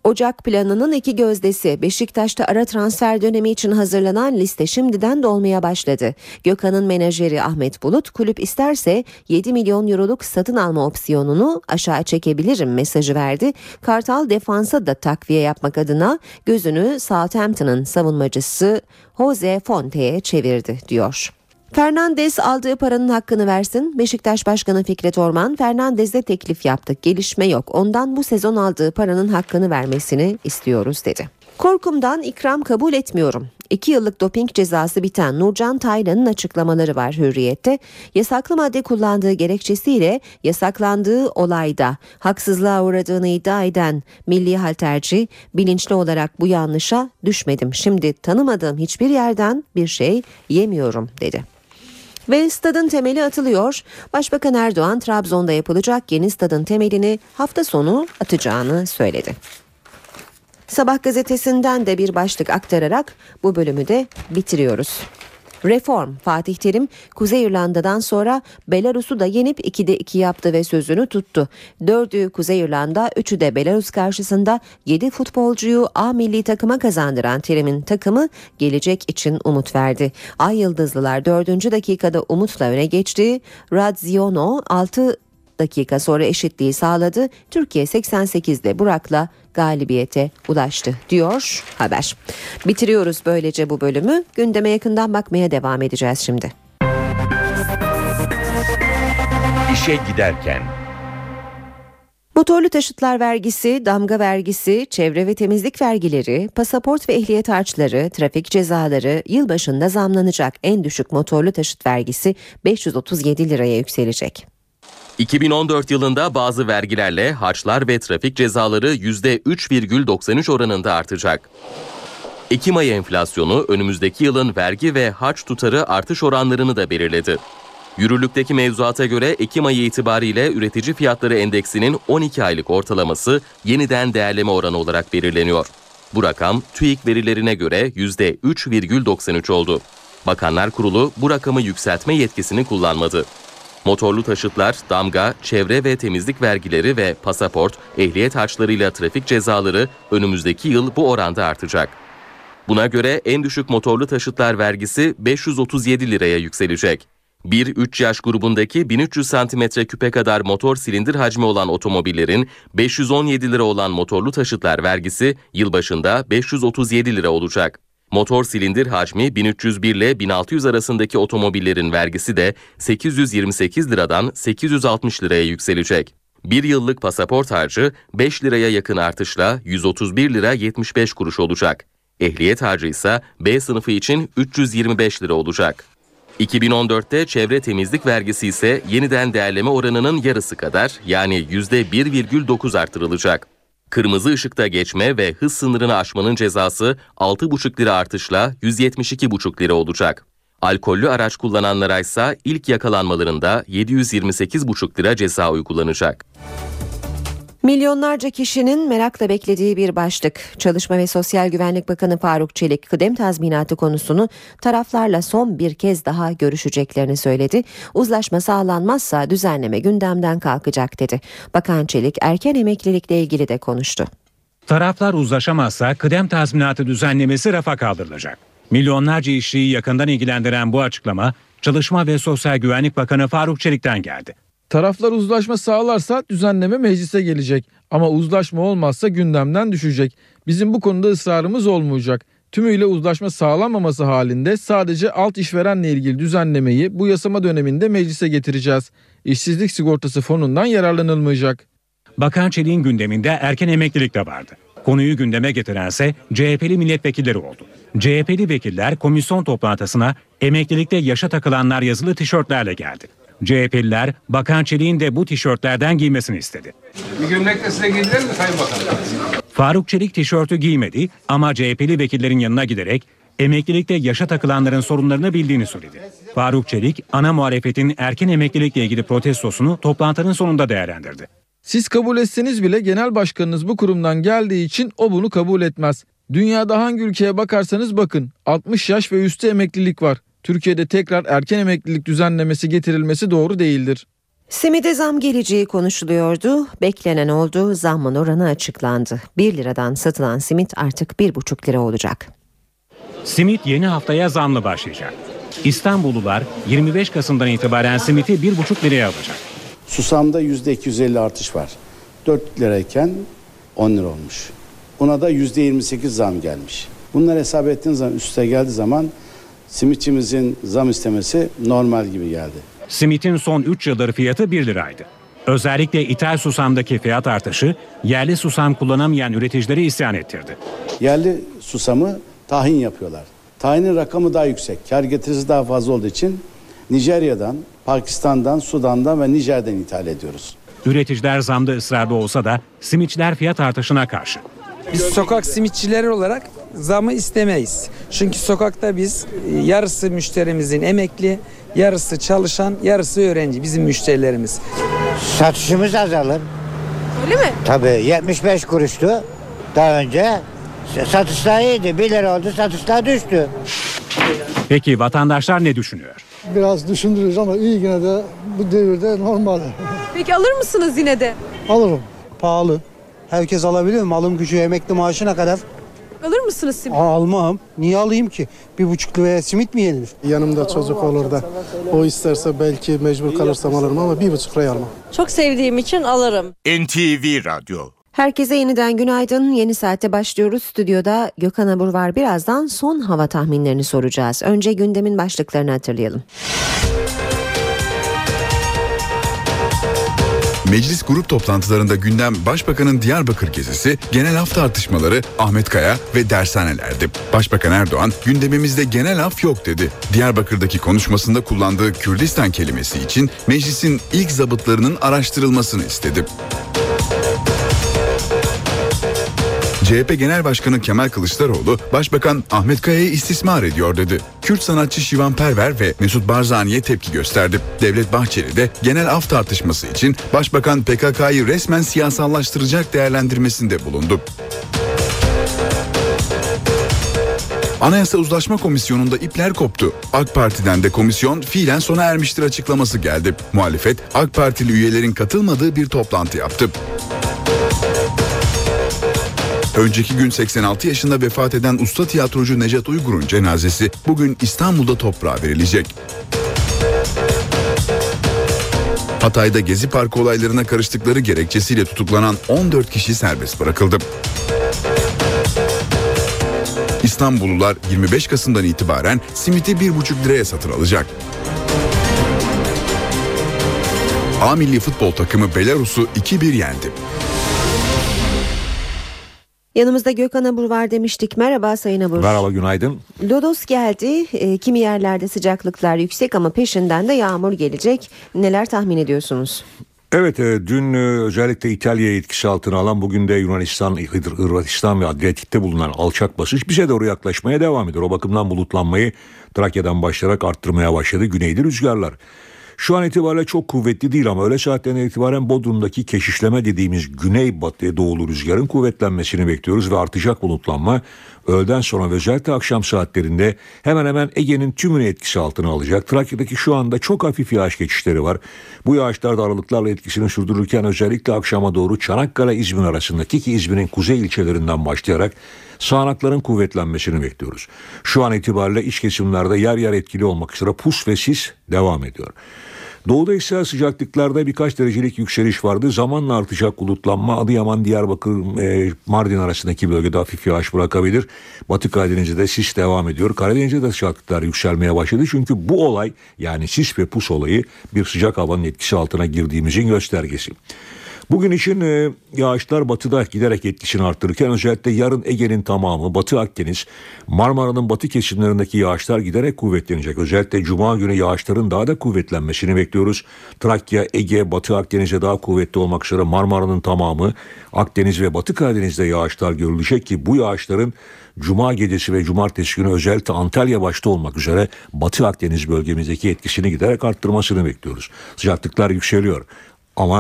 Ocak planının iki gözdesi. Beşiktaş'ta ara transfer dönemi için hazırlanan liste şimdiden dolmaya başladı. Gökhan'ın menajeri Ahmet Bulut, kulüp isterse yedi milyon euroluk satın alma opsiyonunu aşağı çekebilirim mesajı verdi. Kartal defansa da takviye yapmak adına gözünü Southampton'ın savunmacısı Jose Fonte'ye çevirdi diyor. Fernandes aldığı paranın hakkını versin. Beşiktaş Başkanı Fikret Orman, Fernandes'e teklif yaptık. Gelişme yok. Ondan bu sezon aldığı paranın hakkını vermesini istiyoruz dedi. Korkumdan ikram kabul etmiyorum. İki yıllık doping cezası biten Nurcan Taylan'ın açıklamaları var Hürriyet'te. Yasaklı madde kullandığı gerekçesiyle yasaklandığı olayda haksızlığa uğradığını iddia eden milli halterci, bilinçli olarak bu yanlışa düşmedim. Şimdi tanımadığım hiçbir yerden bir şey yemiyorum dedi. Ve stadın temeli atılıyor. Başbakan Erdoğan, Trabzon'da yapılacak yeni stadın temelini hafta sonu atacağını söyledi. Sabah gazetesinden de bir başlık aktararak bu bölümü de bitiriyoruz. Reform. Fatih Terim, Kuzey İrlanda'dan sonra Belarus'u da yenip ikide iki yaptı ve sözünü tuttu. Dördü Kuzey İrlanda, üçü de Belarus karşısında yedi futbolcuyu A milli takıma kazandıran Terim'in takımı gelecek için umut verdi. Ay Yıldızlılar dördüncü dakikada umutla öne geçti. Radziono altı dakika sonra eşitliği sağladı. Türkiye seksen sekizde Burak'la galibiyete ulaştı diyor haber. Bitiriyoruz böylece bu bölümü. Gündeme yakından bakmaya devam edeceğiz şimdi. İşe giderken. Motorlu taşıtlar vergisi, damga vergisi, çevre ve temizlik vergileri, pasaport ve ehliyet harçları, trafik cezaları yılbaşında zamlanacak. En düşük motorlu taşıt vergisi beş yüz otuz yedi liraya yükselecek. iki bin on dört yılında bazı vergilerle harçlar ve trafik cezaları yüzde üç virgül doksan üç oranında artacak. Ekim ayı enflasyonu önümüzdeki yılın vergi ve harç tutarı artış oranlarını da belirledi. Yürürlükteki mevzuata göre Ekim ayı itibariyle üretici fiyatları endeksinin on iki aylık ortalaması yeniden değerleme oranı olarak belirleniyor. Bu rakam TÜİK verilerine göre yüzde üç virgül doksan üç oldu. Bakanlar Kurulu bu rakamı yükseltme yetkisini kullanmadı. Motorlu taşıtlar, damga, çevre ve temizlik vergileri ve pasaport, ehliyet harçlarıyla trafik cezaları önümüzdeki yıl bu oranda artacak. Buna göre en düşük motorlu taşıtlar vergisi beş yüz otuz yedi liraya yükselecek. bir üç yaş grubundaki bin üç yüz santimetre küpe kadar motor silindir hacmi olan otomobillerin beş yüz on yedi lira olan motorlu taşıtlar vergisi yılbaşında beş yüz otuz yedi lira olacak. Motor silindir hacmi bin üç yüz bir ile bin altı yüz arasındaki otomobillerin vergisi de sekiz yüz yirmi sekiz liradan sekiz yüz altmış liraya yükselecek. Bir yıllık pasaport harcı beş liraya yakın artışla yüz otuz bir lira yetmiş beş kuruş olacak. Ehliyet harcı ise B sınıfı için üç yüz yirmi beş lira olacak. iki bin on dörtte çevre temizlik vergisi ise yeniden değerleme oranının yarısı kadar, yani yüzde bir virgül dokuz artırılacak. Kırmızı ışıkta geçme ve hız sınırını aşmanın cezası altı buçuk lira artışla yüz yetmiş iki buçuk lira olacak. Alkollü araç kullananlara ise ilk yakalanmalarında yedi yüz yirmi sekiz buçuk lira ceza uygulanacak. Milyonlarca kişinin merakla beklediği bir başlık. Çalışma ve Sosyal Güvenlik Bakanı Faruk Çelik, kıdem tazminatı konusunu taraflarla son bir kez daha görüşeceklerini söyledi. Uzlaşma sağlanmazsa düzenleme gündemden kalkacak dedi. Bakan Çelik erken emeklilikle ilgili de konuştu. Taraflar uzlaşamazsa kıdem tazminatı düzenlemesi rafa kaldırılacak. Milyonlarca işçiyi yakından ilgilendiren bu açıklama Çalışma ve Sosyal Güvenlik Bakanı Faruk Çelik'ten geldi. Taraflar uzlaşma sağlarsa düzenleme meclise gelecek ama uzlaşma olmazsa gündemden düşecek. Bizim bu konuda ısrarımız olmayacak. Tümüyle uzlaşma sağlanmaması halinde sadece alt işverenle ilgili düzenlemeyi bu yasama döneminde meclise getireceğiz. İşsizlik sigortası fonundan yararlanılmayacak. Bakan Çelik'in gündeminde erken emeklilik de vardı. Konuyu gündeme getirense C H P'li milletvekilleri oldu. C H P'li vekiller komisyon toplantısına emeklilikte yaşa takılanlar yazılı tişörtlerle geldi. C H P'liler Bakan Çelik'in de bu tişörtlerden giymesini istedi. Bir gömlek de size giydiler mi Sayın Bakan? Faruk Çelik tişörtü giymedi ama C H P'li vekillerin yanına giderek emeklilikte yaşa takılanların sorunlarını bildiğini söyledi. Faruk Çelik, ana muhalefetin erken emeklilikle ilgili protestosunu toplantının sonunda değerlendirdi. Siz kabul etseniz bile genel başkanınız bu kurumdan geldiği için o bunu kabul etmez. Dünyada hangi ülkeye bakarsanız bakın altmış yaş ve üstü emeklilik var. Türkiye'de tekrar erken emeklilik düzenlemesi getirilmesi doğru değildir. Simide zam geleceği konuşuluyordu. Beklenen oldu. Zammın oranı açıklandı. bir liradan satılan simit artık bir buçuk lira olacak. Simit yeni haftaya zamlı başlayacak. İstanbullular yirmi beş Kasım'dan itibaren simiti bir buçuk liraya alacak. Susamda yüzde iki yüz elli artış var. dört lirayken on lira olmuş. Buna da yüzde yirmi sekiz zam gelmiş. Bunları hesap ettiğiniz zaman üste geldiği zaman simitçimizin zam istemesi normal gibi geldi. Simitin son üç yıldır fiyatı bir liraydı. Özellikle ithal susamdaki fiyat artışı yerli susam kullanamayan üreticileri isyan ettirdi. Yerli susamı tahin yapıyorlar. Tahinin rakamı daha yüksek. Kar getirisi daha fazla olduğu için Nijerya'dan, Pakistan'dan, Sudan'dan ve Nijer'den ithal ediyoruz. Üreticiler zamda ısrarlı olsa da simitçiler fiyat artışına karşı. Biz sokak simitçileri olarak zamı istemeyiz. Çünkü sokakta biz yarısı müşterimizin emekli, yarısı çalışan, yarısı öğrenci bizim müşterilerimiz. Satışımız azalır. Öyle mi? Tabii yetmiş beş kuruştu daha önce. Satışlar iyiydi. bir lira oldu, satışlar düştü. Peki vatandaşlar ne düşünüyor? Biraz düşündürüyoruz ama iyi, yine de bu devirde normal. Peki alır mısınız yine de? Alırım. Pahalı. Herkes alabiliyor mu? Alım gücü emekli maaşına kadar. Alır mısınız simit? Almam. Niye alayım ki? Bir buçuk liraya simit mi yenir? Yanımda çocuk olur da o isterse belki mecbur kalırsam alırım ama bir buçuk liraya almam. Çok sevdiğim için alırım. N T V Radyo. Herkese yeniden günaydın. Yeni saate başlıyoruz. Stüdyoda Gökhan Abur var. Birazdan son hava tahminlerini soracağız. Önce gündemin başlıklarını hatırlayalım. Meclis grup toplantılarında gündem Başbakanın Diyarbakır gezisi, genel af tartışmaları, Ahmet Kaya ve dershanelerdi. Başbakan Erdoğan, gündemimizde genel af yok dedi. Diyarbakır'daki konuşmasında kullandığı Kürdistan kelimesi için meclisin ilk zabıtlarının araştırılmasını istedi. C H P Genel Başkanı Kemal Kılıçdaroğlu, Başbakan Ahmet Kaya'yı istismar ediyor dedi. Kürt sanatçı Şivan Perver ve Mesut Barzani'ye tepki gösterdi. Devlet Bahçeli de genel af tartışması için Başbakan P K K'yı resmen siyasallaştıracak değerlendirmesinde bulundu. Anayasa Uzlaşma Komisyonu'nda ipler koptu. AK Parti'den de komisyon fiilen sona ermiştir açıklaması geldi. Muhalefet, AK Partili üyelerin katılmadığı bir toplantı yaptı. Önceki gün seksen altı yaşında vefat eden usta tiyatrocu Necat Uygur'un cenazesi bugün İstanbul'da toprağa verilecek. Hatay'da Gezi Parkı olaylarına karıştıkları gerekçesiyle tutuklanan on dört kişi serbest bırakıldı. İstanbullular yirmi beş Kasım'dan itibaren simiti bir buçuk liraya satın alacak. A milli futbol takımı Belarus'u iki bir yendi. Yanımızda Gökhan Abur var demiştik. Merhaba Sayın Abur. Merhaba, günaydın. Lodos geldi. E, kimi yerlerde sıcaklıklar yüksek ama peşinden de yağmur gelecek. Neler tahmin ediyorsunuz? Evet, e, dün e, özellikle İtalya'yı etkisi altına alan, bugün de Yunanistan, Hırvatistan ve Adriyatik'te bulunan alçak basınç bize doğru yaklaşmaya devam ediyor. O bakımdan bulutlanmayı Trakya'dan başlayarak arttırmaya başladı güneyli rüzgarlar. Şu an itibariyle çok kuvvetli değil ama öğle saatlerine itibaren Bodrum'daki keşişleme dediğimiz güney-batı doğulu rüzgarın kuvvetlenmesini bekliyoruz ve artacak bulutlanma öğleden sonra ve özellikle akşam saatlerinde hemen hemen Ege'nin tümünü etkisi altına alacak. Trakya'daki şu anda çok hafif yağış geçişleri var. Bu yağışlar da aralıklarla etkisini sürdürürken özellikle akşama doğru Çanakkale-İzmir arasındaki, ki İzmir'in kuzey ilçelerinden başlayarak sağanakların kuvvetlenmesini bekliyoruz. Şu an itibariyle iç kesimlerde yer yer etkili olmak üzere pus ve sis devam ediyor. Doğuda ise sıcaklıklarda birkaç derecelik yükseliş vardı. Zamanla artacak bulutlanma Adıyaman, Diyarbakır, e, Mardin arasındaki bölgede hafif yağış bırakabilir. Batı Karadeniz'de de sis devam ediyor. Karadeniz'de de sıcaklıklar yükselmeye başladı. Çünkü bu olay, yani sis ve pus olayı, bir sıcak havanın etkisi altına girdiğimizin göstergesi. Bugün için e, yağışlar batıda giderek etkisini arttırırken özellikle yarın Ege'nin tamamı, Batı Akdeniz, Marmara'nın batı kesimlerindeki yağışlar giderek kuvvetlenecek. Özellikle Cuma günü yağışların daha da kuvvetlenmesini bekliyoruz. Trakya, Ege, Batı Akdeniz'e daha kuvvetli olmak üzere Marmara'nın tamamı, Akdeniz ve Batı Karadeniz'de yağışlar görülecek ki bu yağışların Cuma gecesi ve Cumartesi günü özellikle Antalya başta olmak üzere Batı Akdeniz bölgemizdeki etkisini giderek arttırmasını bekliyoruz. Sıcaklıklar yükseliyor ama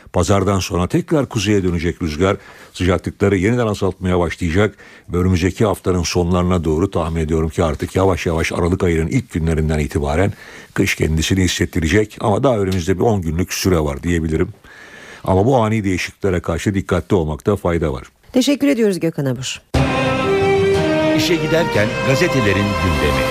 Pazardan sonra tekrar kuzeye dönecek rüzgar sıcaklıkları yeniden azaltmaya başlayacak. Ve önümüzdeki haftanın sonlarına doğru tahmin ediyorum ki artık yavaş yavaş Aralık ayının ilk günlerinden itibaren kış kendisini hissettirecek. Ama daha önümüzde bir on günlük süre var diyebilirim. Ama bu ani değişikliklere karşı dikkatli olmakta fayda var. Teşekkür ediyoruz Gökhan Abur. İşe giderken gazetelerin gündemi.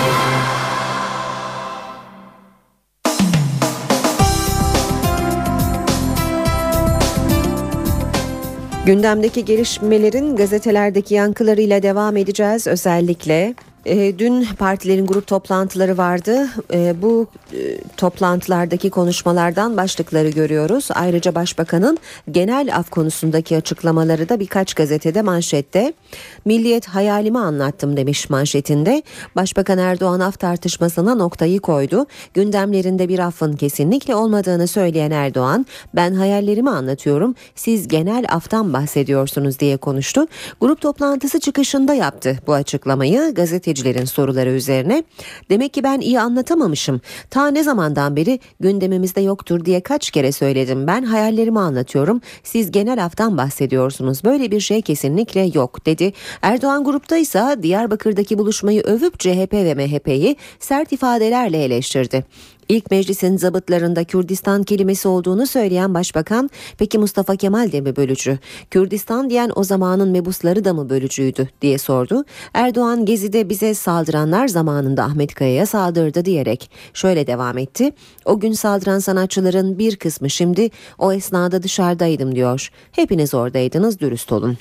Gündemdeki gelişmelerin gazetelerdeki yankılarıyla devam edeceğiz. Özellikle e, dün partilerin grup toplantıları vardı. E, bu e, toplantılardaki konuşmalardan başlıkları görüyoruz. Ayrıca Başbakan'ın genel af konusundaki açıklamaları da birkaç gazetede manşette. Milliyet hayalimi anlattım demiş manşetinde. Başbakan Erdoğan af tartışmasına noktayı koydu. Gündemlerinde bir affın kesinlikle olmadığını söyleyen Erdoğan, ben hayallerimi anlatıyorum, siz genel aftan bahsediyorsunuz diye konuştu. Grup toplantısı çıkışında yaptı bu açıklamayı gazetecilerin soruları üzerine. Demek ki ben iyi anlatamamışım. Ta ne zamandan beri gündemimizde yoktur diye kaç kere söyledim. Ben hayallerimi anlatıyorum, siz genel aftan bahsediyorsunuz. Böyle bir şey kesinlikle yok dedi. Erdoğan grupta ise Diyarbakır'daki buluşmayı övüp C H P ve M H P'yi sert ifadelerle eleştirdi. İlk meclisin zabıtlarında Kürdistan kelimesi olduğunu söyleyen Başbakan, peki Mustafa Kemal de mi bölücü? Kürdistan diyen o zamanın mebusları da mı bölücüydü diye sordu. Erdoğan Gezi'de bize saldıranlar zamanında Ahmet Kaya'ya saldırdı diyerek şöyle devam etti. O gün saldıran sanatçıların bir kısmı şimdi o esnada dışarıdaydım diyor. Hepiniz oradaydınız, dürüst olun.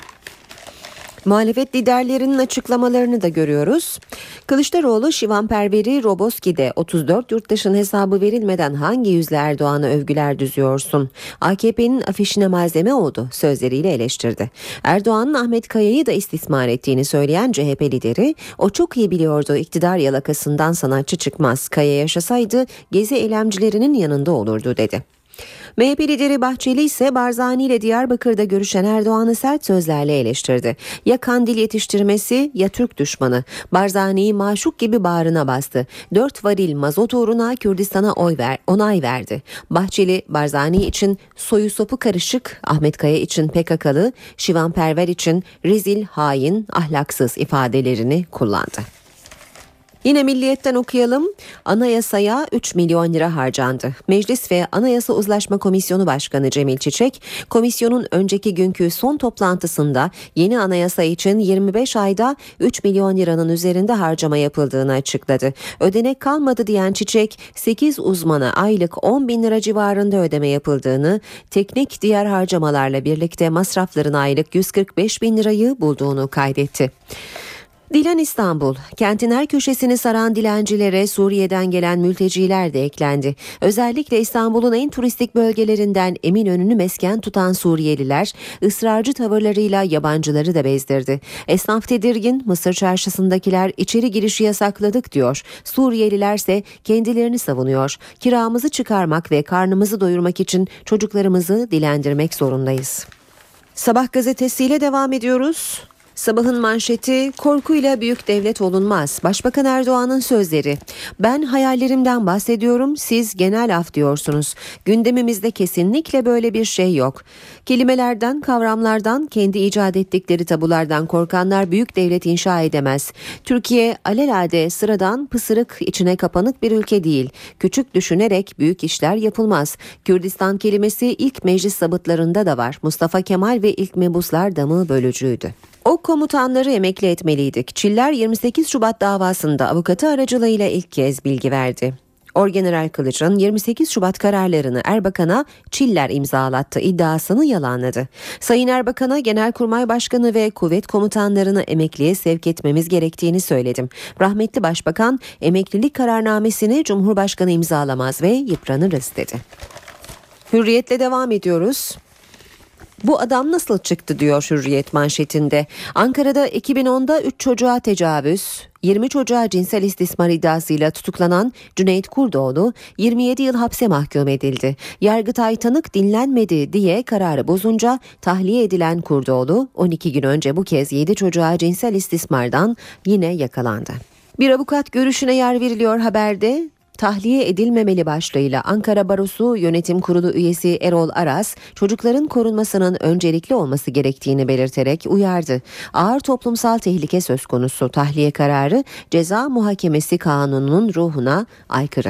Muhalefet liderlerinin açıklamalarını da görüyoruz. Kılıçdaroğlu, Şivanperver'i Roboski'de otuz dört yurttaşın hesabı verilmeden hangi yüzle Erdoğan'a övgüler düzüyorsun? A K P'nin afişine malzeme oldu sözleriyle eleştirdi. Erdoğan'ın Ahmet Kaya'yı da istismar ettiğini söyleyen C H P lideri, o çok iyi biliyordu iktidar yalakasından sanatçı çıkmaz. Kaya yaşasaydı Gezi eylemcilerinin yanında olurdu dedi. M H P lideri Bahçeli ise Barzani ile Diyarbakır'da görüşen Erdoğan'ı sert sözlerle eleştirdi. Ya kandil yetiştirmesi ya Türk düşmanı. Barzani'yi maşuk gibi bağrına bastı. Dört varil mazot uğruna Kürdistan'a oy ver, onay verdi. Bahçeli, Barzani için soyu sopu karışık, Ahmet Kaya için P K K'lı, Şivanperver için rezil, hain, ahlaksız ifadelerini kullandı. Yine Milliyet'ten okuyalım. Anayasaya üç milyon lira harcandı. Meclis ve Anayasa Uzlaşma Komisyonu Başkanı Cemil Çiçek, komisyonun önceki günkü son toplantısında yeni anayasa için yirmi beş ayda üç milyon liranın üzerinde harcama yapıldığını açıkladı. Ödenek kalmadı diyen Çiçek, sekiz uzmana aylık on bin lira civarında ödeme yapıldığını, teknik diğer harcamalarla birlikte masrafların aylık yüz kırk beş bin lirayı bulduğunu kaydetti. Dilen İstanbul, kentin her köşesini saran dilencilere Suriye'den gelen mülteciler de eklendi. Özellikle İstanbul'un en turistik bölgelerinden Eminönü'nü mesken tutan Suriyeliler ısrarcı tavırlarıyla yabancıları da bezdirdi. Esnaf tedirgin, Mısır çarşısındakiler içeri girişi yasakladık diyor. Suriyelilerse kendilerini savunuyor. Kiramızı çıkarmak ve karnımızı doyurmak için çocuklarımızı dilendirmek zorundayız. Sabah gazetesiyle devam ediyoruz. Sabahın manşeti, korkuyla büyük devlet olunmaz. Başbakan Erdoğan'ın sözleri. Ben hayallerimden bahsediyorum, siz genel af diyorsunuz. Gündemimizde kesinlikle böyle bir şey yok. Kelimelerden, kavramlardan, kendi icat ettikleri tabulardan korkanlar büyük devlet inşa edemez. Türkiye alelade sıradan, pısırık, içine kapanık bir ülke değil. Küçük düşünerek büyük işler yapılmaz. Kürdistan kelimesi ilk meclis zabıtlarında da var. Mustafa Kemal ve ilk mebuslar da mı bölücüydü? O komutanları emekli etmeliydik. Çiller yirmi sekiz Şubat davasında avukatı aracılığıyla ilk kez bilgi verdi. Orgeneral Kılıç'ın yirmi sekiz Şubat kararlarını Erbakan'a Çiller imzalattı iddiasını yalanladı. Sayın Erbakan'a Genelkurmay Başkanı ve kuvvet komutanlarını emekliye sevk etmemiz gerektiğini söyledim. Rahmetli Başbakan emeklilik kararnamesini Cumhurbaşkanı imzalamaz ve yıpranırız dedi. Hürriyetle devam ediyoruz. Bu adam nasıl çıktı diyor Hürriyet manşetinde. Ankara'da iki bin onda üç çocuğa tecavüz, yirmi çocuğa cinsel istismar iddiasıyla tutuklanan Cüneyt Kurdoğlu yirmi yedi yıl hapse mahkum edildi. Yargıtay tanık dinlenmedi diye kararı bozunca tahliye edilen Kurdoğlu on iki gün önce bu kez yedi çocuğa cinsel istismardan yine yakalandı. Bir avukat görüşüne yer veriliyor haberde. tahliye edilmemeli başlığıyla Ankara Barosu Yönetim Kurulu üyesi Erol Aras, çocukların korunmasının öncelikli olması gerektiğini belirterek uyardı. Ağır toplumsal tehlike söz konusu, tahliye kararı ceza muhakemesi kanununun ruhuna aykırı.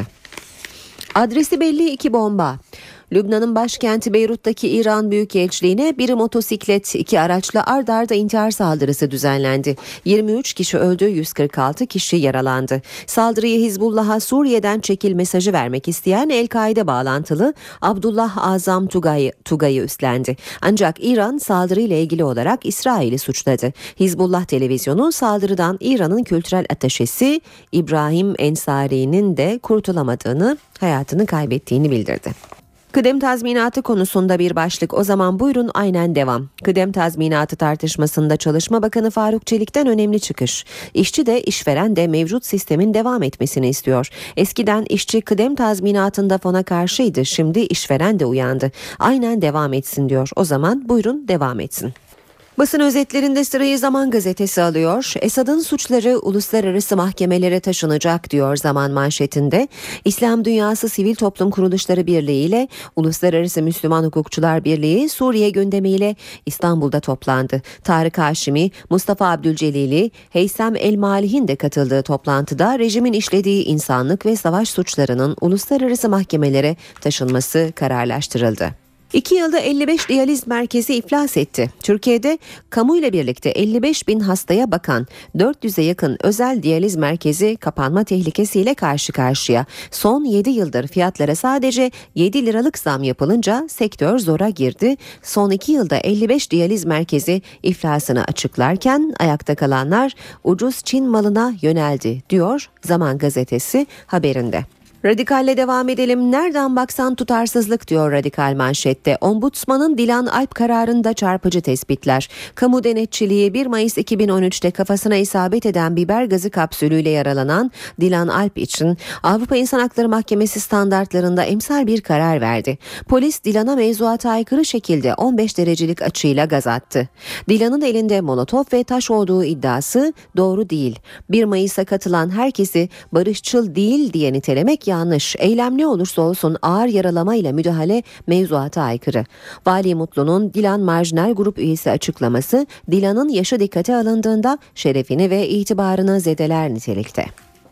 Adresi belli iki bomba. Lübnan'ın başkenti Beyrut'taki İran Büyükelçiliğine bir motosiklet, iki araçla ard arda intihar saldırısı düzenlendi. yirmi üç kişi öldü, yüz kırk altı kişi yaralandı. Saldırıyı Hizbullah'a Suriye'den çekil mesajı vermek isteyen El-Kaide bağlantılı Abdullah Azam Tugay'ı Tugay'ı üstlendi. Ancak İran saldırıyla ilgili olarak İsrail'i suçladı. Hizbullah televizyonu saldırıdan İran'ın kültürel ateşesi İbrahim Ensari'nin de kurtulamadığını, hayatını kaybettiğini bildirdi. Kıdem tazminatı konusunda bir başlık. O zaman buyurun aynen devam. Kıdem tazminatı tartışmasında Çalışma Bakanı Faruk Çelik'ten önemli çıkış. İşçi de işveren de mevcut sistemin devam etmesini istiyor. Eskiden işçi kıdem tazminatında fona karşıydı. Şimdi işveren de uyandı. Aynen devam etsin diyor. O zaman buyurun devam etsin. Basın özetlerinde sırayı Zaman Gazetesi alıyor. Esad'ın suçları uluslararası mahkemelere taşınacak diyor Zaman manşetinde. İslam Dünyası Sivil Toplum Kuruluşları Birliği ile Uluslararası Müslüman Hukukçular Birliği Suriye gündemiyle İstanbul'da toplandı. Tarık Haşimi, Mustafa Abdülcelili, Heysem El Malih'in de katıldığı toplantıda rejimin işlediği insanlık ve savaş suçlarının uluslararası mahkemelere taşınması kararlaştırıldı. İki yılda elli beş diyaliz merkezi iflas etti. Türkiye'de kamuyla birlikte elli beş bin hastaya bakan dört yüze yakın özel diyaliz merkezi kapanma tehlikesiyle karşı karşıya. Son yedi yıldır fiyatlara sadece yedi liralık zam yapılınca sektör zora girdi. Son iki yılda elli beş diyaliz merkezi iflasını açıklarken ayakta kalanlar ucuz Çin malına yöneldi diyor Zaman Gazetesi haberinde. Radikalle devam edelim. Nereden baksan tutarsızlık diyor Radikal manşette. Ombudsmanın Dilan Alp kararında çarpıcı tespitler. Kamu denetçiliği bir Mayıs iki bin on üçte kafasına isabet eden biber gazı kapsülüyle yaralanan Dilan Alp için Avrupa İnsan Hakları Mahkemesi standartlarında emsal bir karar verdi. Polis Dilan'a mevzuata aykırı şekilde on beş derecelik açıyla gaz attı. Dilan'ın elinde molotof ve taş olduğu iddiası doğru değil. bir Mayıs'a katılan herkesi barışçıl değil diye nitelemek yanlış. Eylem ne olursa olsun ağır yaralama ile müdahale mevzuata aykırı. Vali Mutlu'nun Dilan Marjinal Grup üyesi açıklaması, Dilan'ın yaşı dikkate alındığında şerefini ve itibarını zedeler nitelikte.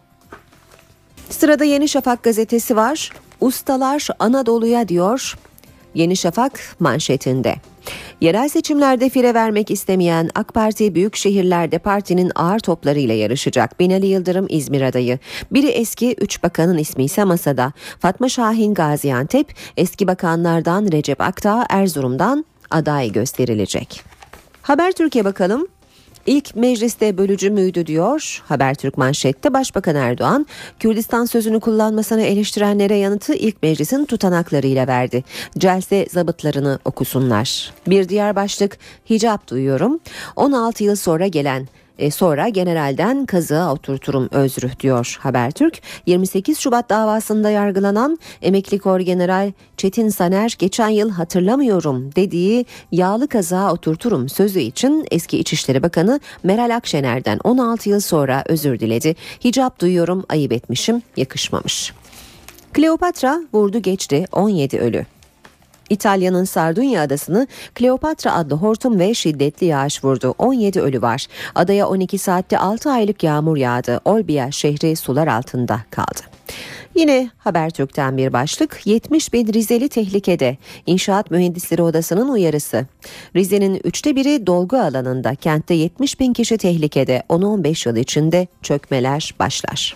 Sırada Yeni Şafak gazetesi var. Ustalar Anadolu'ya diyor Yeni Şafak manşetinde. Yerel seçimlerde fire vermek istemeyen AK Parti büyük şehirlerde partinin ağır toplarıyla yarışacak. Binali Yıldırım İzmir adayı. Biri eski üç bakanın ismi ise masada. Fatma Şahin Gaziantep, eski bakanlardan Recep Akdağ Erzurum'dan aday gösterilecek. Habertürk'e bakalım. İlk mecliste bölücü müydü diyor Habertürk manşette. Başbakan Erdoğan Kürdistan sözünü kullanmasını eleştirenlere yanıtı ilk meclisin tutanaklarıyla verdi. Celse zabıtlarını okusunlar. Bir diğer başlık hicap duyuyorum. on altı yıl sonra gelen E sonra generalden kazığa oturturum özrü diyor Habertürk. yirmi sekiz Şubat davasında yargılanan emekli Korgeneral Çetin Saner geçen yıl hatırlamıyorum dediği yağlı kazığa oturturum sözü için eski İçişleri Bakanı Meral Akşener'den on altı yıl sonra özür diledi. Hicap duyuyorum, ayıp etmişim, yakışmamış. Kleopatra vurdu geçti, on yedi ölü. İtalya'nın Sardunya adasını Kleopatra adlı hortum ve şiddetli yağış vurdu. on yedi ölü var. Adaya on iki saatte altı aylık yağmur yağdı. Olbia şehri sular altında kaldı. Yine Habertürk'ten bir başlık. yetmiş bin Rizeli tehlikede. İnşaat Mühendisleri Odası'nın uyarısı. Rize'nin üçte biri dolgu alanında. Kentte yetmiş bin kişi tehlikede. on on beş yıl içinde çökmeler başlar.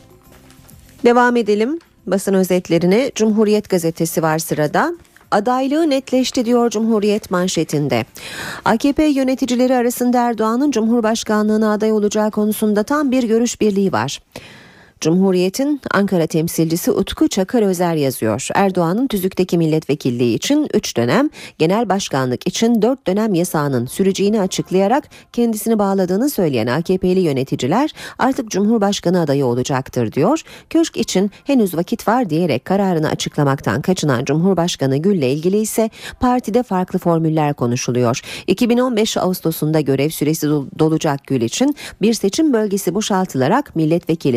Devam edelim basın özetlerine. Cumhuriyet gazetesi var sırada. Adaylığı netleşti diyor Cumhuriyet manşetinde. A K P yöneticileri arasında Erdoğan'ın Cumhurbaşkanlığına aday olacağı konusunda tam bir görüş birliği var. Cumhuriyet'in Ankara temsilcisi Utku Çakar Özer yazıyor. Erdoğan'ın tüzükteki milletvekilliği için üç dönem, genel başkanlık için dört dönem yasağının süreceğini açıklayarak kendisini bağladığını söyleyen A K P'li yöneticiler artık Cumhurbaşkanı adayı olacaktır diyor. Köşk için henüz vakit var diyerek kararını açıklamaktan kaçınan Cumhurbaşkanı Gül'le ilgili ise partide farklı formüller konuşuluyor. iki bin on beş Ağustos'unda görev süresi dolacak Gül için bir seçim bölgesi boşaltılarak milletvekili seçilmesi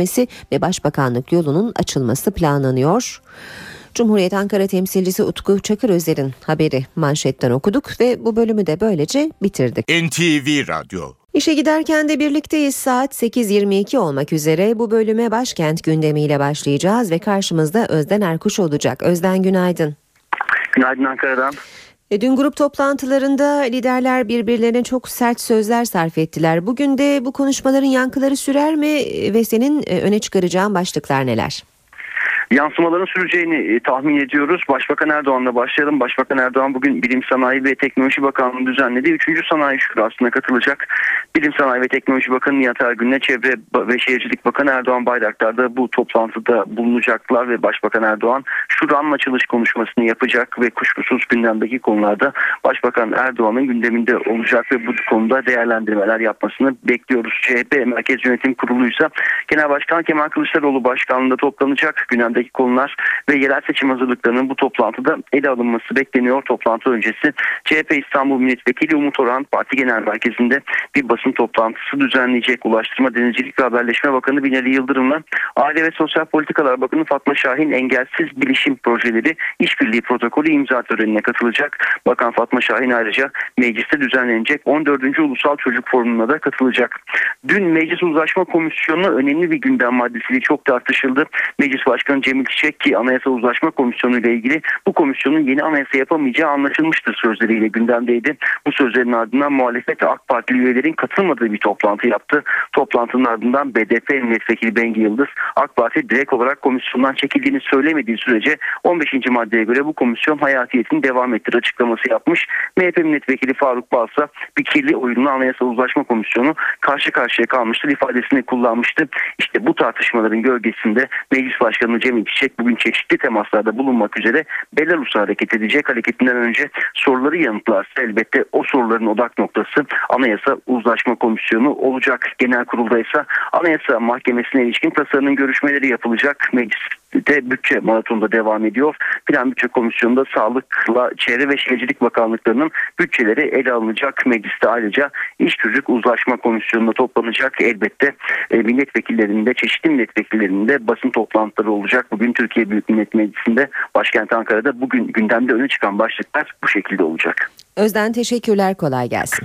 edilmesi ve Başbakanlık yolunun açılması planlanıyor. Cumhuriyet Ankara temsilcisi Utku Çakırözer'in haberi manşetten okuduk ve bu bölümü de böylece bitirdik. N T V Radyo. İşe giderken de birlikteyiz. Saat sekiz yirmi iki olmak üzere. Bu bölüme başkent gündemiyle başlayacağız ve karşımızda Özden Erkuş olacak. Özden, günaydın. Günaydın Ankara'dan. E, dün grup toplantılarında liderler birbirlerine çok sert sözler sarf ettiler. Bugün de bu konuşmaların yankıları sürer mi ve senin e, öne çıkaracağın başlıklar neler? Yansımaların süreceğini e, tahmin ediyoruz. Başbakan Erdoğan'la başlayalım. Başbakan Erdoğan bugün Bilim Sanayi ve Teknoloji Bakanlığı'nın düzenlediği üçüncü Sanayi Şurası'na katılacak. Bilim Sanayi ve Teknoloji Bakanı Nihat Ergün'le Çevre ve Şehircilik Bakanı Erdoğan Bayraktar da bu toplantıda bulunacaklar ve Başbakan Erdoğan şuranın açılış konuşmasını yapacak ve kuşkusuz gündemdeki konularda Başbakan Erdoğan'ın gündeminde olacak ve bu konuda değerlendirmeler yapmasını bekliyoruz. C H P Merkez Yönetim Kurulu ise Genel Başkan Kemal Kılıçdaroğlu başkanlığında toplanacak. Gündemdeki konular ve yerel seçim hazırlıklarının bu toplantıda ele alınması bekleniyor. Toplantı öncesi C H P İstanbul Milletvekili Umut Orhan Parti Genel Merkezi'nde bir basın toplantısı düzenleyecek. Ulaştırma, Denizcilik ve Haberleşme Bakanı Binali Yıldırım'la Aile ve Sosyal Politikalar Bakanı Fatma Şahin engelsiz bilişim projeleri işbirliği protokolü imza törenine katılacak. Bakan Fatma Şahin ayrıca mecliste düzenlenecek on dördüncü Ulusal Çocuk Forumu'na da katılacak. Dün Meclis Uzlaşma Komisyonu önemli bir gündem maddesiyle çok tartışıldı. Meclis Başkanı Cemil Çiçek ki Anayasa Uzlaşma Komisyonu ile ilgili bu komisyonun yeni anayasa yapamayacağı anlaşılmıştır sözleriyle gündemdeydi. Bu sözlerin ardından muhalefet AK Partili üyelerin katılmadığı bir toplantı yaptı. Toplantının ardından B D P Milletvekili Bengi Yıldız AK Parti direkt olarak komisyondan çekildiğini söylemediği sürece on beşinci maddeye göre bu komisyon hayatiyetini devam ettir açıklaması yapmış. M H P Milletvekili Faruk Balsa bir kirli oyunla Anayasa Uzlaşma Komisyonu karşı karşıya kalmıştır ifadesini kullanmıştı. İşte bu tartışmaların gölgesinde Meclis Başkanı Cemil Çiçek bugün çeşitli temaslarda bulunmak üzere Belarus'a hareket edecek. Hareketinden önce soruları yanıtlarsa elbette o soruların odak noktası Anayasa Uzlaşma Komisyonu olacak. Genel kurulda ise Anayasa Mahkemesi'ne ilişkin tasarının görüşmeleri yapılacak. Mecliste bütçe maratonunda devam ediyor. Plan Bütçe Komisyonu'nda Sağlıkla Çevre ve Şehircilik Bakanlıklarının bütçeleri ele alınacak. Mecliste ayrıca İş Çocuk Uzlaşma Komisyonu'nda toplanacak. Elbette e, milletvekillerinde, çeşitli milletvekillerinde basın toplantıları olacak. Bugün Türkiye Büyük Millet Meclisi'nde başkent Ankara'da bugün gündemde öne çıkan başlıklar bu şekilde olacak. Özden, teşekkürler, kolay gelsin.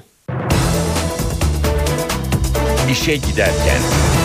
İşe giderken.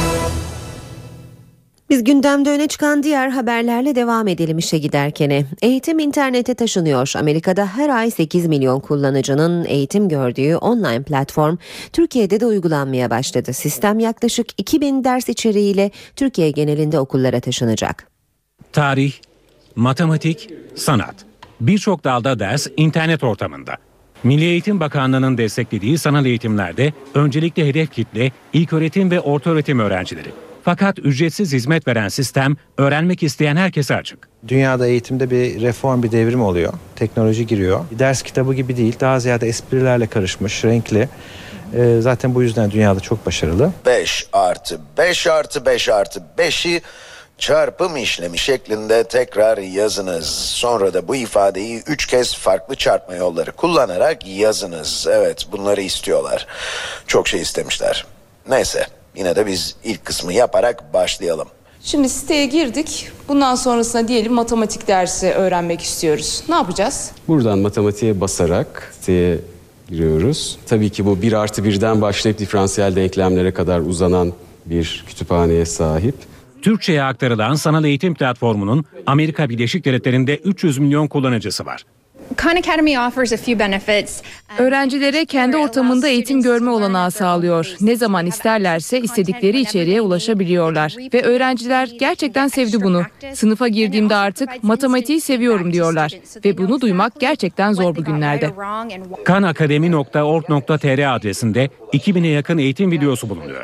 Biz gündemde öne çıkan diğer haberlerle devam edelim işe giderkene. Eğitim internete taşınıyor. Amerika'da her ay sekiz milyon kullanıcının eğitim gördüğü online platform Türkiye'de de uygulanmaya başladı. Sistem yaklaşık iki bin ders içeriğiyle Türkiye genelinde okullara taşınacak. Tarih, matematik, sanat. Birçok dalda ders internet ortamında. Milli Eğitim Bakanlığı'nın desteklediği sanal eğitimlerde öncelikle hedef kitle ilköğretim ve ortaöğretim öğrencileri. Fakat ücretsiz hizmet veren sistem öğrenmek isteyen herkese açık. Dünyada eğitimde bir reform, bir devrim oluyor. Teknoloji giriyor. Ders kitabı gibi değil, daha ziyade esprilerle karışmış, renkli. Ee, zaten bu yüzden dünyada çok başarılı. beş artı beş artı beş artı beşi çarpım işlemi şeklinde tekrar yazınız. Sonra da bu ifadeyi üç kez farklı çarpma yolları kullanarak yazınız. Evet, bunları istiyorlar. Çok şey istemişler. Neyse, yine de biz ilk kısmı yaparak başlayalım. Şimdi siteye girdik. Bundan sonrasında diyelim matematik dersi öğrenmek istiyoruz. Ne yapacağız? Buradan matematiğe basarak siteye giriyoruz. Tabii ki bu bir artı birden başlayıp diferansiyel denklemlere kadar uzanan bir kütüphaneye sahip. Türkçe'ye aktarılan sanal eğitim platformunun Amerika Birleşik Devletleri'nde üç yüz milyon kullanıcısı var. Khan Academy offers a few benefits. Öğrencilere kendi ortamında eğitim görme olanağı sağlıyor. Ne zaman isterlerse istedikleri içeriğe ulaşabiliyorlar. Ve öğrenciler gerçekten sevdi bunu. Sınıfa girdiğimde artık matematiği seviyorum diyorlar. Ve bunu duymak gerçekten zor bugünlerde. khan akademi nokta org nokta tr adresinde iki bine yakın eğitim videosu bulunuyor.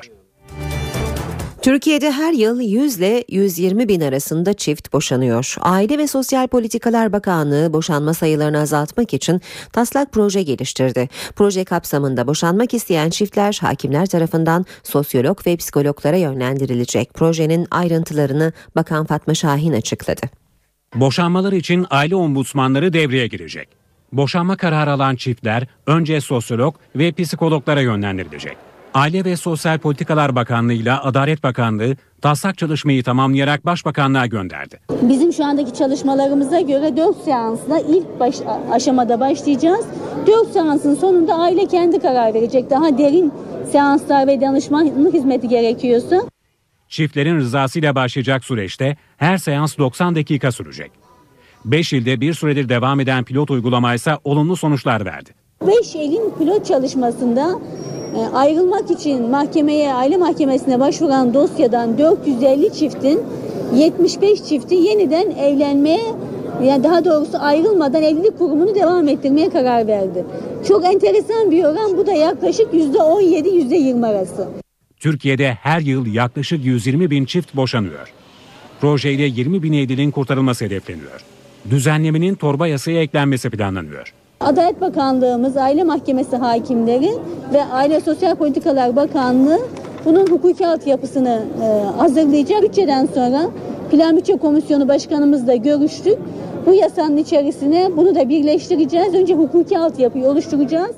Türkiye'de her yıl yüz ile yüz yirmi bin arasında çift boşanıyor. Aile ve Sosyal Politikalar Bakanlığı boşanma sayılarını azaltmak için taslak proje geliştirdi. Proje kapsamında boşanmak isteyen çiftler hakimler tarafından sosyolog ve psikologlara yönlendirilecek. Projenin ayrıntılarını Bakan Fatma Şahin açıkladı. Boşanmalar için aile ombudsmanları devreye girecek. Boşanma kararı alan çiftler önce sosyolog ve psikologlara yönlendirilecek. Aile ve Sosyal Politikalar Bakanlığı ile Adalet Bakanlığı taslak çalışmayı tamamlayarak Başbakanlığa gönderdi. Bizim şu andaki çalışmalarımıza göre dört seansla ilk baş, aşamada başlayacağız. dört seansın sonunda aile kendi karar verecek. Daha derin seanslar ve danışmanlık hizmeti gerekiyorsa. Çiftlerin rızasıyla başlayacak süreçte her seans doksan dakika sürecek. beş ilde bir süredir devam eden pilot uygulamaysa olumlu sonuçlar verdi. beş ilin pilot çalışmasında ayrılmak için mahkemeye, aile mahkemesine başvuran dosyadan dört yüz elli çiftin yetmiş beş çifti yeniden evlenmeye, yani daha doğrusu ayrılmadan evlilik kurumunu devam ettirmeye karar verdi. Çok enteresan bir oran, bu da yaklaşık yüzde on yedi yüzde yirmi arası. Türkiye'de her yıl yaklaşık yüz yirmi bin çift boşanıyor. Projeyle yirmi bin evliliğin kurtarılması hedefleniyor. Düzenlemenin torba yasaya eklenmesi planlanıyor. Adalet Bakanlığımız, Aile Mahkemesi hakimleri ve Aile Sosyal Politikalar Bakanlığı bunun hukuki altyapısını e, hazırlayacak. Bütçeden sonra Plan Bütçe Komisyonu Başkanımızla görüştük. Bu yasanın içerisine bunu da birleştireceğiz. Önce hukuki altyapıyı oluşturacağız.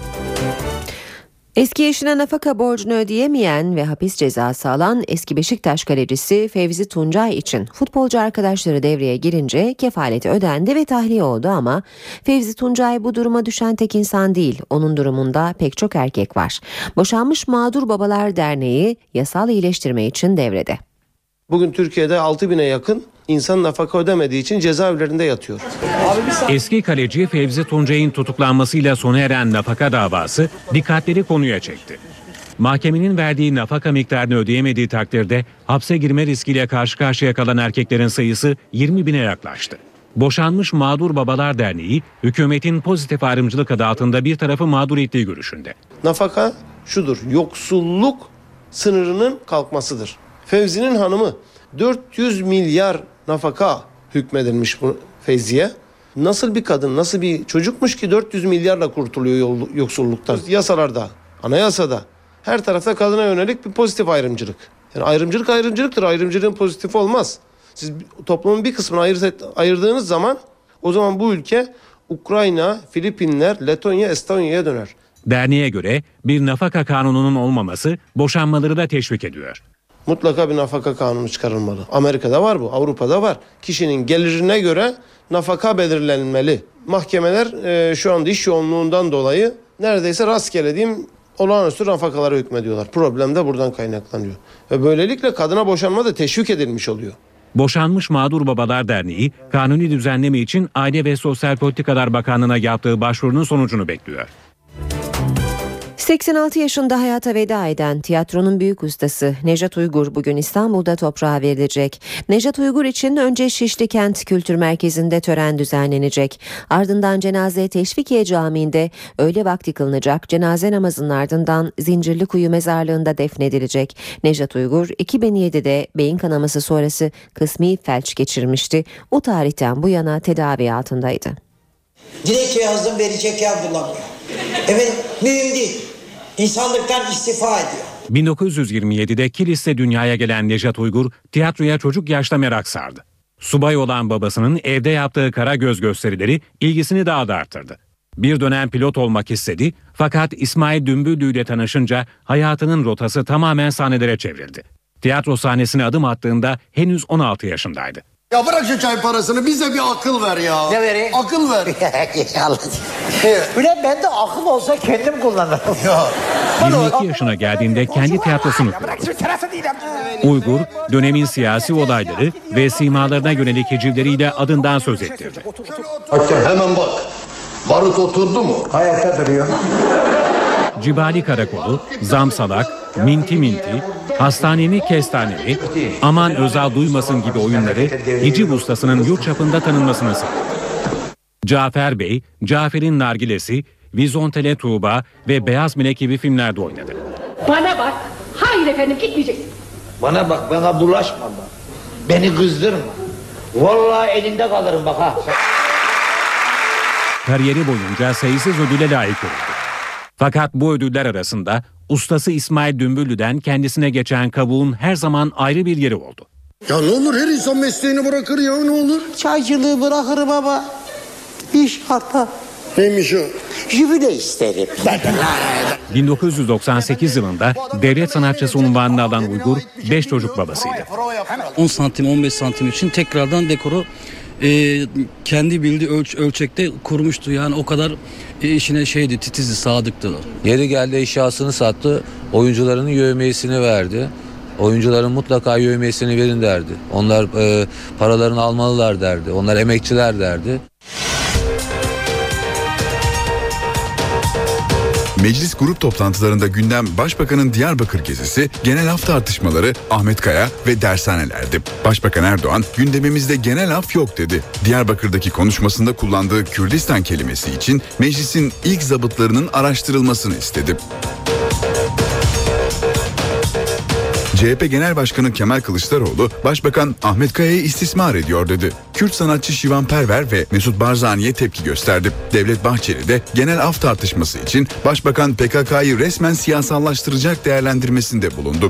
Eski eşine nafaka borcunu ödeyemeyen ve hapis cezası alan eski Beşiktaş kalecisi Fevzi Tuncay için futbolcu arkadaşları devreye girince kefaleti ödendi ve tahliye oldu ama Fevzi Tuncay bu duruma düşen tek insan değil. Onun durumunda pek çok erkek var. Boşanmış Mağdur Babalar Derneği yasal iyileştirme için devrede. Bugün Türkiye'de altı bine yakın insan nafaka ödemediği için cezaevlerinde yatıyor. Eski kaleci Fevzi Tuncay'ın tutuklanmasıyla sona eren nafaka davası dikkatleri konuya çekti. Mahkemenin verdiği nafaka miktarını ödeyemediği takdirde hapse girme riskiyle karşı karşıya kalan erkeklerin sayısı yirmi bine yaklaştı. Boşanmış Mağdur Babalar Derneği, hükümetin pozitif ayrımcılık adı altında bir tarafı mağdur ettiği görüşünde. Nafaka şudur, yoksulluk sınırının kalkmasıdır. Fevzi'nin hanımı dört yüz milyar nafaka hükmedilmiş bu Fevzi'ye. Nasıl bir kadın, nasıl bir çocukmuş ki dört yüz milyarla kurtuluyor yoksulluktan. Yasalarda, anayasada, her tarafta kadına yönelik bir pozitif ayrımcılık. Yani ayrımcılık ayrımcılıktır, ayrımcılığın pozitif olmaz. Siz toplumun bir kısmını ayırt, ayırdığınız zaman o zaman bu ülke Ukrayna, Filipinler, Letonya, Estonya'ya döner. Derneğe göre bir nafaka kanununun olmaması boşanmaları da teşvik ediyor. Mutlaka bir nafaka kanunu çıkarılmalı. Amerika'da var bu, Avrupa'da var. Kişinin gelirine göre nafaka belirlenmeli. Mahkemeler e, şu anda iş yoğunluğundan dolayı neredeyse rastgele diyeyim olağanüstü nafakalara hükmediyorlar. Problem de buradan kaynaklanıyor. Ve böylelikle kadına boşanma da teşvik edilmiş oluyor. Boşanmış Mağdur Babalar Derneği, kanuni düzenleme için Aile ve Sosyal Politikalar Bakanlığı'na yaptığı başvurunun sonucunu bekliyor. seksen altı yaşında hayata veda eden tiyatronun büyük ustası Nejat Uygur bugün İstanbul'da toprağa verilecek. Nejat Uygur için önce Şişli Kent Kültür Merkezi'nde tören düzenlenecek. Ardından cenaze Teşvikiye Camii'nde öğle vakti kılınacak. Cenaze namazının ardından Zincirlikuyu Mezarlığı'nda defnedilecek. Nejat Uygur iki bin yedide beyin kanaması sonrası kısmi felç geçirmişti. O tarihten bu yana tedavi altındaydı. Dilekçe yazdım, verecek yer bulamıyor. Evet, mühim değil. İnsanlıktan istifa ediyor. bin dokuz yüz yirmi yedide Kilis'te dünyaya gelen Nejat Uygur tiyatroya çocuk yaşta merak sardı. Subay olan babasının evde yaptığı Karagöz gösterileri ilgisini daha da arttırdı. Bir dönem pilot olmak istedi fakat İsmail Dümbüllü ile tanışınca hayatının rotası tamamen sahnelere çevrildi. Tiyatro sahnesine adım attığında henüz on altı yaşındaydı. Ya bırak şu çay parasını, bize bir akıl ver ya. Ne vereyim? Akıl ver. Ulan ben de akıl olsa kendim kullanırım. Ya. yirmi iki yaşına geldiğinde kendi tiyatrosunu kurdu. Uygur, dönemin siyasi olayları ve simalarına yönelik hicivleriyle adından söz ettirdi. Hakem hemen bak. Barut oturdu mu? Hayatta duruyor. Cibali Karakolu, Zamsalak, Minti Minti, Hastanemi Kestanemi, Aman Özal Duymasın gibi oyunları hiciv ustasının yurt çapında tanınmasını sağladı. Cafer Bey, Cafer'in Nargilesi, Vizontele Tuğba ve Beyaz Melek gibi filmlerde oynadı. Bana bak, hayır efendim gitmeyeceksin. Bana bak, bana bulaşma bak. Beni kızdırma. Vallahi elinde kalırım bak ha. Kariyeri boyunca sayısız ödüle layık görüldü. Fakat bu ödüller arasında ustası İsmail Dümbüllü'den kendisine geçen kabuğun her zaman ayrı bir yeri oldu. Ya ne olur, her insan mesleğini bırakır ya, ne olur. Çaycılığı bırakırım ama bir şartla. Neymiş o? Jübile isterim. bin dokuz yüz doksan sekiz yılında devlet sanatçısı unvanını alan Uygur beş çocuk babasıydı. on santim on beş santim için tekrardan dekoru e, kendi bildiği ölç, ölçekte kurmuştu. Yani o kadar e, işine şeydi, titizdi, sadıktı. Yeri geldi eşyasını sattı, oyuncularının yevmiyesini verdi. Oyuncuların mutlaka yevmiyesini verin derdi. Onlar e, paralarını almalılar derdi. Onlar emekçiler derdi. Meclis grup toplantılarında gündem Başbakanın Diyarbakır gezisi, genel af tartışmaları, Ahmet Kaya ve dershanelerdi. Başbakan Erdoğan gündemimizde genel af yok dedi. Diyarbakır'daki konuşmasında kullandığı Kürdistan kelimesi için meclisin ilk zabıtlarının araştırılmasını istedi. C H P Genel Başkanı Kemal Kılıçdaroğlu, Başbakan Ahmet Kaya'yı istismar ediyor dedi. Kürt sanatçı Şivan Perver ve Mesut Barzani'ye tepki gösterdi. Devlet Bahçeli de genel af tartışması için Başbakan P K K'yı resmen siyasallaştıracak değerlendirmesinde bulundu.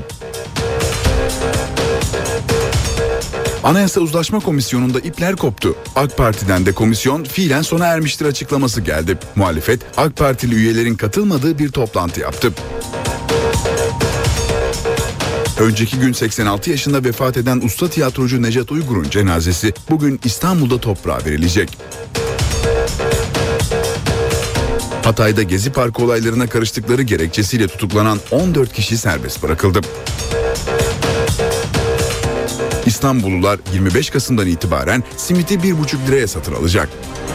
Anayasa Uzlaşma Komisyonu'nda ipler koptu. AK Parti'den de komisyon fiilen sona ermiştir açıklaması geldi. Muhalefet, AK Partili üyelerin katılmadığı bir toplantı yaptı. Önceki gün seksen altı yaşında vefat eden usta tiyatrocu Necat Uygur'un cenazesi bugün İstanbul'da toprağa verilecek. Hatay'da Gezi Parkı olaylarına karıştıkları gerekçesiyle tutuklanan on dört kişi serbest bırakıldı. İstanbullular yirmi beş Kasım'dan itibaren simiti bir buçuk liraya satın alacak.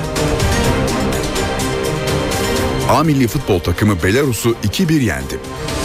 A milli futbol takımı Belarus'u iki bir yendi.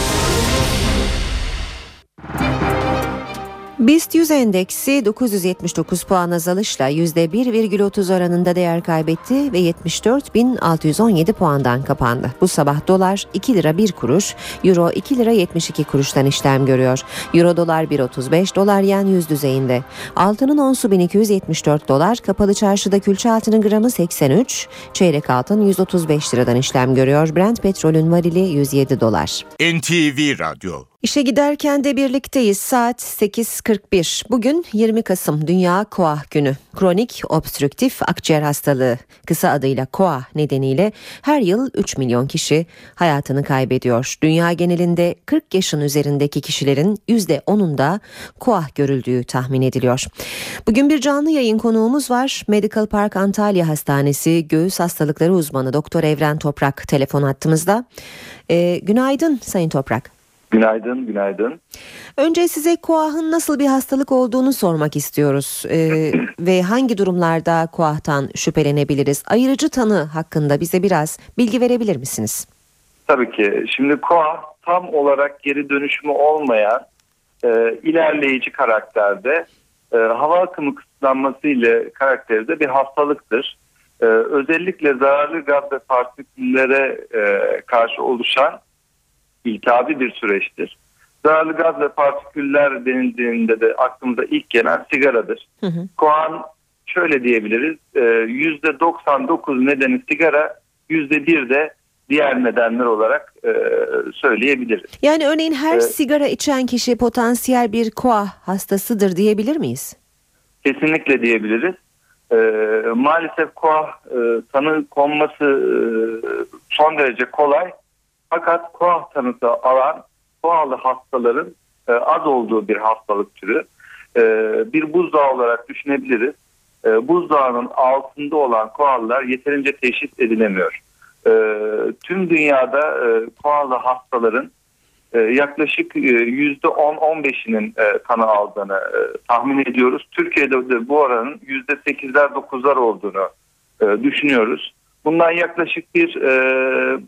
BIST yüz endeksi dokuz yüz yetmiş dokuz puan azalışla yüzde bir virgül otuz oranında değer kaybetti ve yetmiş dört bin altı yüz on yedi puandan kapandı. Bu sabah dolar iki lira bir kuruş, euro iki lira yetmiş iki kuruştan işlem görüyor. Euro dolar bir virgül otuz beş, dolar yen yüz düzeyinde. Altının onsu bin iki yüz yetmiş dört dolar, kapalı çarşıda külçe altının gramı seksen üç, çeyrek altın yüz otuz beş liradan işlem görüyor. Brent petrolün varili yüz yedi dolar. N T V Radyo. İşe giderken de birlikteyiz. Saat sekiz kırk bir. Bugün yirmi Kasım Dünya KOAH Günü. Kronik obstrüktif akciğer hastalığı, kısa adıyla KOAH nedeniyle her yıl üç milyon kişi hayatını kaybediyor. Dünya genelinde kırk yaşın üzerindeki kişilerin yüzde onunda KOAH görüldüğü tahmin ediliyor. Bugün bir canlı yayın konuğumuz var. Medical Park Antalya Hastanesi Göğüs Hastalıkları Uzmanı Doktor Evren Toprak telefon hattımızda. Ee, günaydın Sayın Toprak. Günaydın, günaydın. Önce size KOAH'ın nasıl bir hastalık olduğunu sormak istiyoruz ee, ve hangi durumlarda KOAH'tan şüphelenebiliriz? Ayırıcı tanı hakkında bize biraz bilgi verebilir misiniz? Tabii ki. Şimdi KOAH tam olarak geri dönüşümü olmayan e, ilerleyici karakterde e, hava akımı kısıtlanması ile karakterde bir hastalıktır. E, özellikle zararlı gaz ve partiküllere e, karşı oluşan iltihabi bir süreçtir. Zararlı gaz ve partiküller denildiğinde de aklımıza ilk gelen sigaradır. Hı hı. KOAH'ın şöyle diyebiliriz, yüzde doksan dokuz nedeni sigara, yüzde bir de diğer nedenler olarak e, söyleyebiliriz. Yani örneğin her ee, sigara içen kişi potansiyel bir KOAH hastasıdır diyebilir miyiz? Kesinlikle diyebiliriz. E, maalesef KOAH e, tanı konması e, son derece kolay. Fakat KOAH tanısı alan KOAH'lı hastaların e, az olduğu bir hastalık türü. E, bir buzdağı olarak düşünebiliriz. E, buzdağının altında olan KOAH'lılar yeterince teşhis edilemiyor. E, tüm dünyada e, KOAH'lı hastaların e, yaklaşık e, yüzde on on beşinin e, tanı aldığını e, tahmin ediyoruz. Türkiye'de de bu oranın yüzde sekizler dokuzlar olduğunu e, düşünüyoruz. Bundan yaklaşık bir e,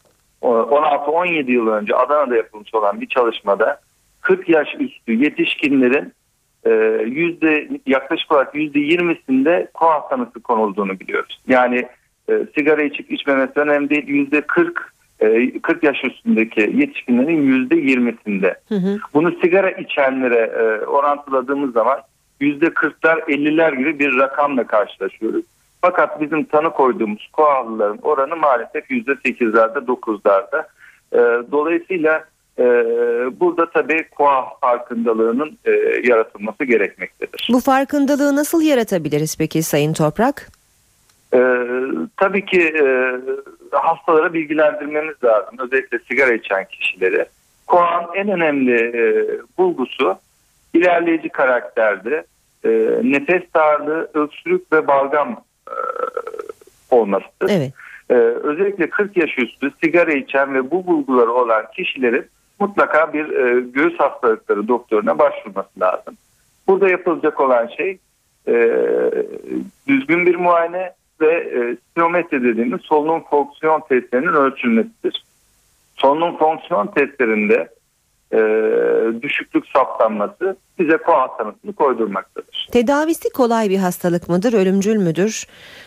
on altı on yedi yıl önce Adana'da yapılmış olan bir çalışmada kırk yaş üstü yetişkinlerin e, yüzde yaklaşık olarak yüzde yirmisinde KOAH tanısı konulduğunu biliyoruz. Yani e, sigara içip içmemesi önemli değil. Yüzde kırk e, kırk yaş üstündeki yetişkinlerin yüzde yirmisinde. Hı hı. Bunu sigara içenlere e, orantıladığımız zaman yüzde kırklar elliler gibi bir rakamla karşılaşıyoruz. Fakat bizim tanı koyduğumuz KOAH'lıların oranı maalesef yüzde sekizlerde dokuzlarda. E, dolayısıyla e, burada tabii KOAH farkındalığının e, yaratılması gerekmektedir. Bu farkındalığı nasıl yaratabiliriz peki Sayın Toprak? Ee, tabii ki e, hastalara bilgilendirmemiz lazım. Özellikle sigara içen kişileri. Koah'ın en önemli e, bulgusu ilerleyici karakterde e, nefes darlığı, öksürük ve balgam e, olmasıdır. Evet. E, özellikle kırk yaş üstü sigara içen ve bu bulguları olan kişilerin mutlaka bir e, göğüs hastalıkları doktoruna başvurması lazım. Burada yapılacak olan şey e, düzgün bir muayene ve e, spirometre dediğimiz solunum fonksiyon testlerinin ölçülmesidir. Solunum fonksiyon testlerinde e, düşüklük saptanması bize koah tanısını koydurmaktadır. Tedavisi kolay bir hastalık mıdır, ölümcül müdür?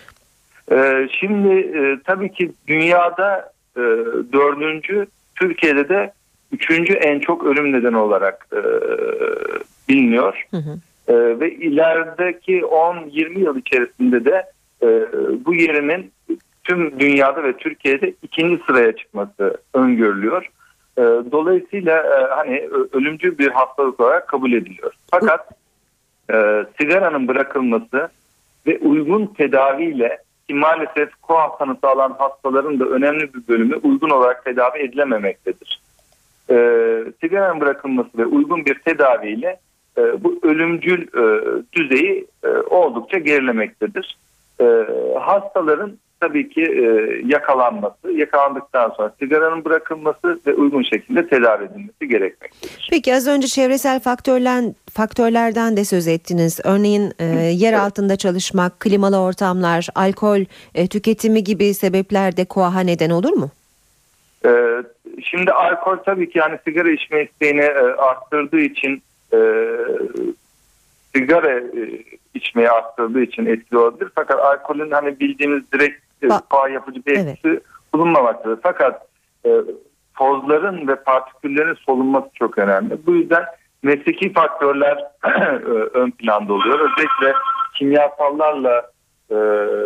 E, şimdi e, tabii ki dünyada e, dördüncü, Türkiye'de de üçüncü en çok ölüm nedeni olarak e, biliniyor. Hı hı. E, ve ilerideki on yirmi yıl içerisinde de e, bu yerinin tüm dünyada ve Türkiye'de ikinci sıraya çıkması öngörülüyor. E, dolayısıyla e, hani ölümcül bir hastalık olarak kabul ediliyor. Fakat e, sigaranın bırakılması ve uygun tedaviyle ki maalesef koah tanısı alan hastaların da önemli bir bölümü uygun olarak tedavi edilememektedir. E, sigaranın bırakılması ve uygun bir tedaviyle e, bu ölümcül e, düzeyi e, oldukça gerilemektedir. E, hastaların tabii ki e, yakalanması, yakalandıktan sonra sigaranın bırakılması ve uygun şekilde tedavi edilmesi gerekmektedir. Peki az önce çevresel faktörler, faktörlerden de söz ettiniz. Örneğin e, yer altında çalışmak, klimalı ortamlar, alkol e, tüketimi gibi sebepler de koaha neden olur mu? E, şimdi alkol tabii ki yani sigara içme isteğini e, arttırdığı için e, sigara e, içmeyi arttırdığı için etkili olabilir. Fakat alkolün hani bildiğimiz direkt koah yapıcı bir etkisi evet. bulunmamaktadır. Fakat e, tozların ve partiküllerin solunması çok önemli. Bu yüzden mesleki faktörler ön planda oluyor. Özellikle kimyasallarla e,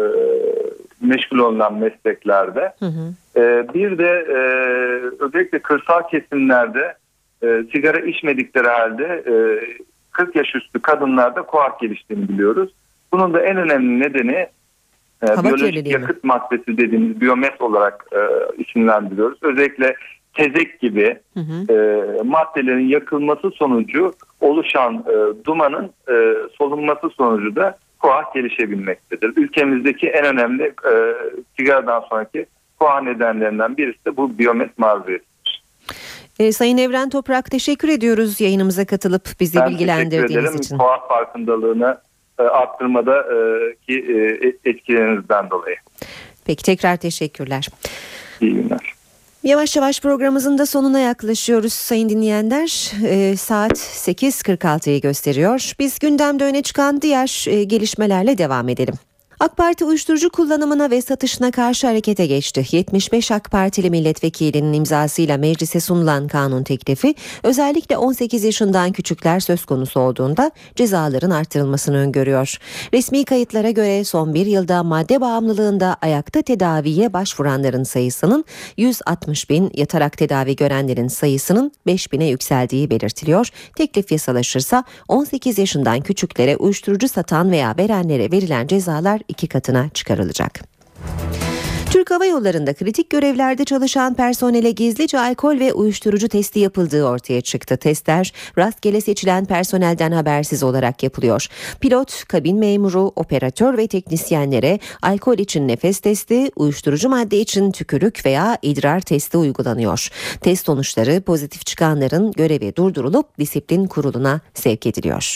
meşgul olunan mesleklerde. Hı hı. E, bir de e, özellikle kırsal kesimlerde e, sigara içmedikleri halde e, kırk yaş üstü kadınlarda koah geliştiğini biliyoruz. Bunun da en önemli nedeni e, biyolojik yakıt maddesi dediğimiz biyomet olarak e, isimlendiriyoruz. Özellikle tezek gibi hı hı. E, maddelerin yakılması sonucu oluşan e, dumanın e, solunması sonucu da koah gelişebilmektedir. Ülkemizdeki en önemli e, sigaradan sonraki koah nedenlerinden birisi de bu biyomet maruziyetidir. E, Sayın Evren Toprak, teşekkür ediyoruz yayınımıza katılıp bizi ben bilgilendirdiğiniz için. Koah farkındalığını e, arttırmada e, ki e, etkilerinizden dolayı. Peki, tekrar teşekkürler. İyi günler. Yavaş yavaş programımızın da sonuna yaklaşıyoruz sayın dinleyenler. E, saat sekiz kırk altıyı gösteriyor. Biz gündemde öne çıkan diğer e, gelişmelerle devam edelim. AK Parti uyuşturucu kullanımına ve satışına karşı harekete geçti. yetmiş beş AK Partili milletvekilinin imzasıyla meclise sunulan kanun teklifi özellikle on sekiz yaşından küçükler söz konusu olduğunda cezaların artırılmasını öngörüyor. Resmi kayıtlara göre son bir yılda madde bağımlılığında ayakta tedaviye başvuranların sayısının yüz altmış bin, yatarak tedavi görenlerin sayısının beş bine yükseldiği belirtiliyor. Teklif yasalaşırsa on sekiz yaşından küçüklere uyuşturucu satan veya verenlere verilen cezalar iki katına çıkarılacak. Türk Hava Yolları'nda kritik görevlerde çalışan personele gizlice alkol ve uyuşturucu testi yapıldığı ortaya çıktı. Testler rastgele seçilen personelden habersiz olarak yapılıyor. Pilot, kabin memuru, operatör ve teknisyenlere alkol için nefes testi, uyuşturucu madde için tükürük veya idrar testi uygulanıyor. Test sonuçları pozitif çıkanların görevi durdurulup disiplin kuruluna sevk ediliyor.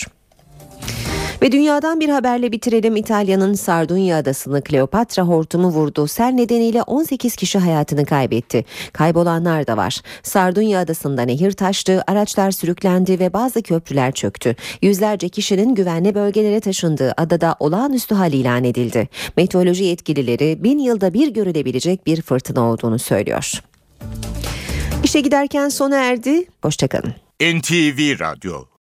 Ve dünyadan bir haberle bitirelim. İtalya'nın Sardunya adasını Kleopatra hortumu vurdu. Sel nedeniyle on sekiz kişi hayatını kaybetti. Kaybolanlar da var. Sardunya adasında nehir taştı, araçlar sürüklendi ve bazı köprüler çöktü. Yüzlerce kişinin güvenli bölgelere taşındığı adada olağanüstü hal ilan edildi. Meteoroloji yetkilileri bin yılda bir görülebilecek bir fırtına olduğunu söylüyor. İşe giderken sona erdi. Hoşçakalın. N T V Radyo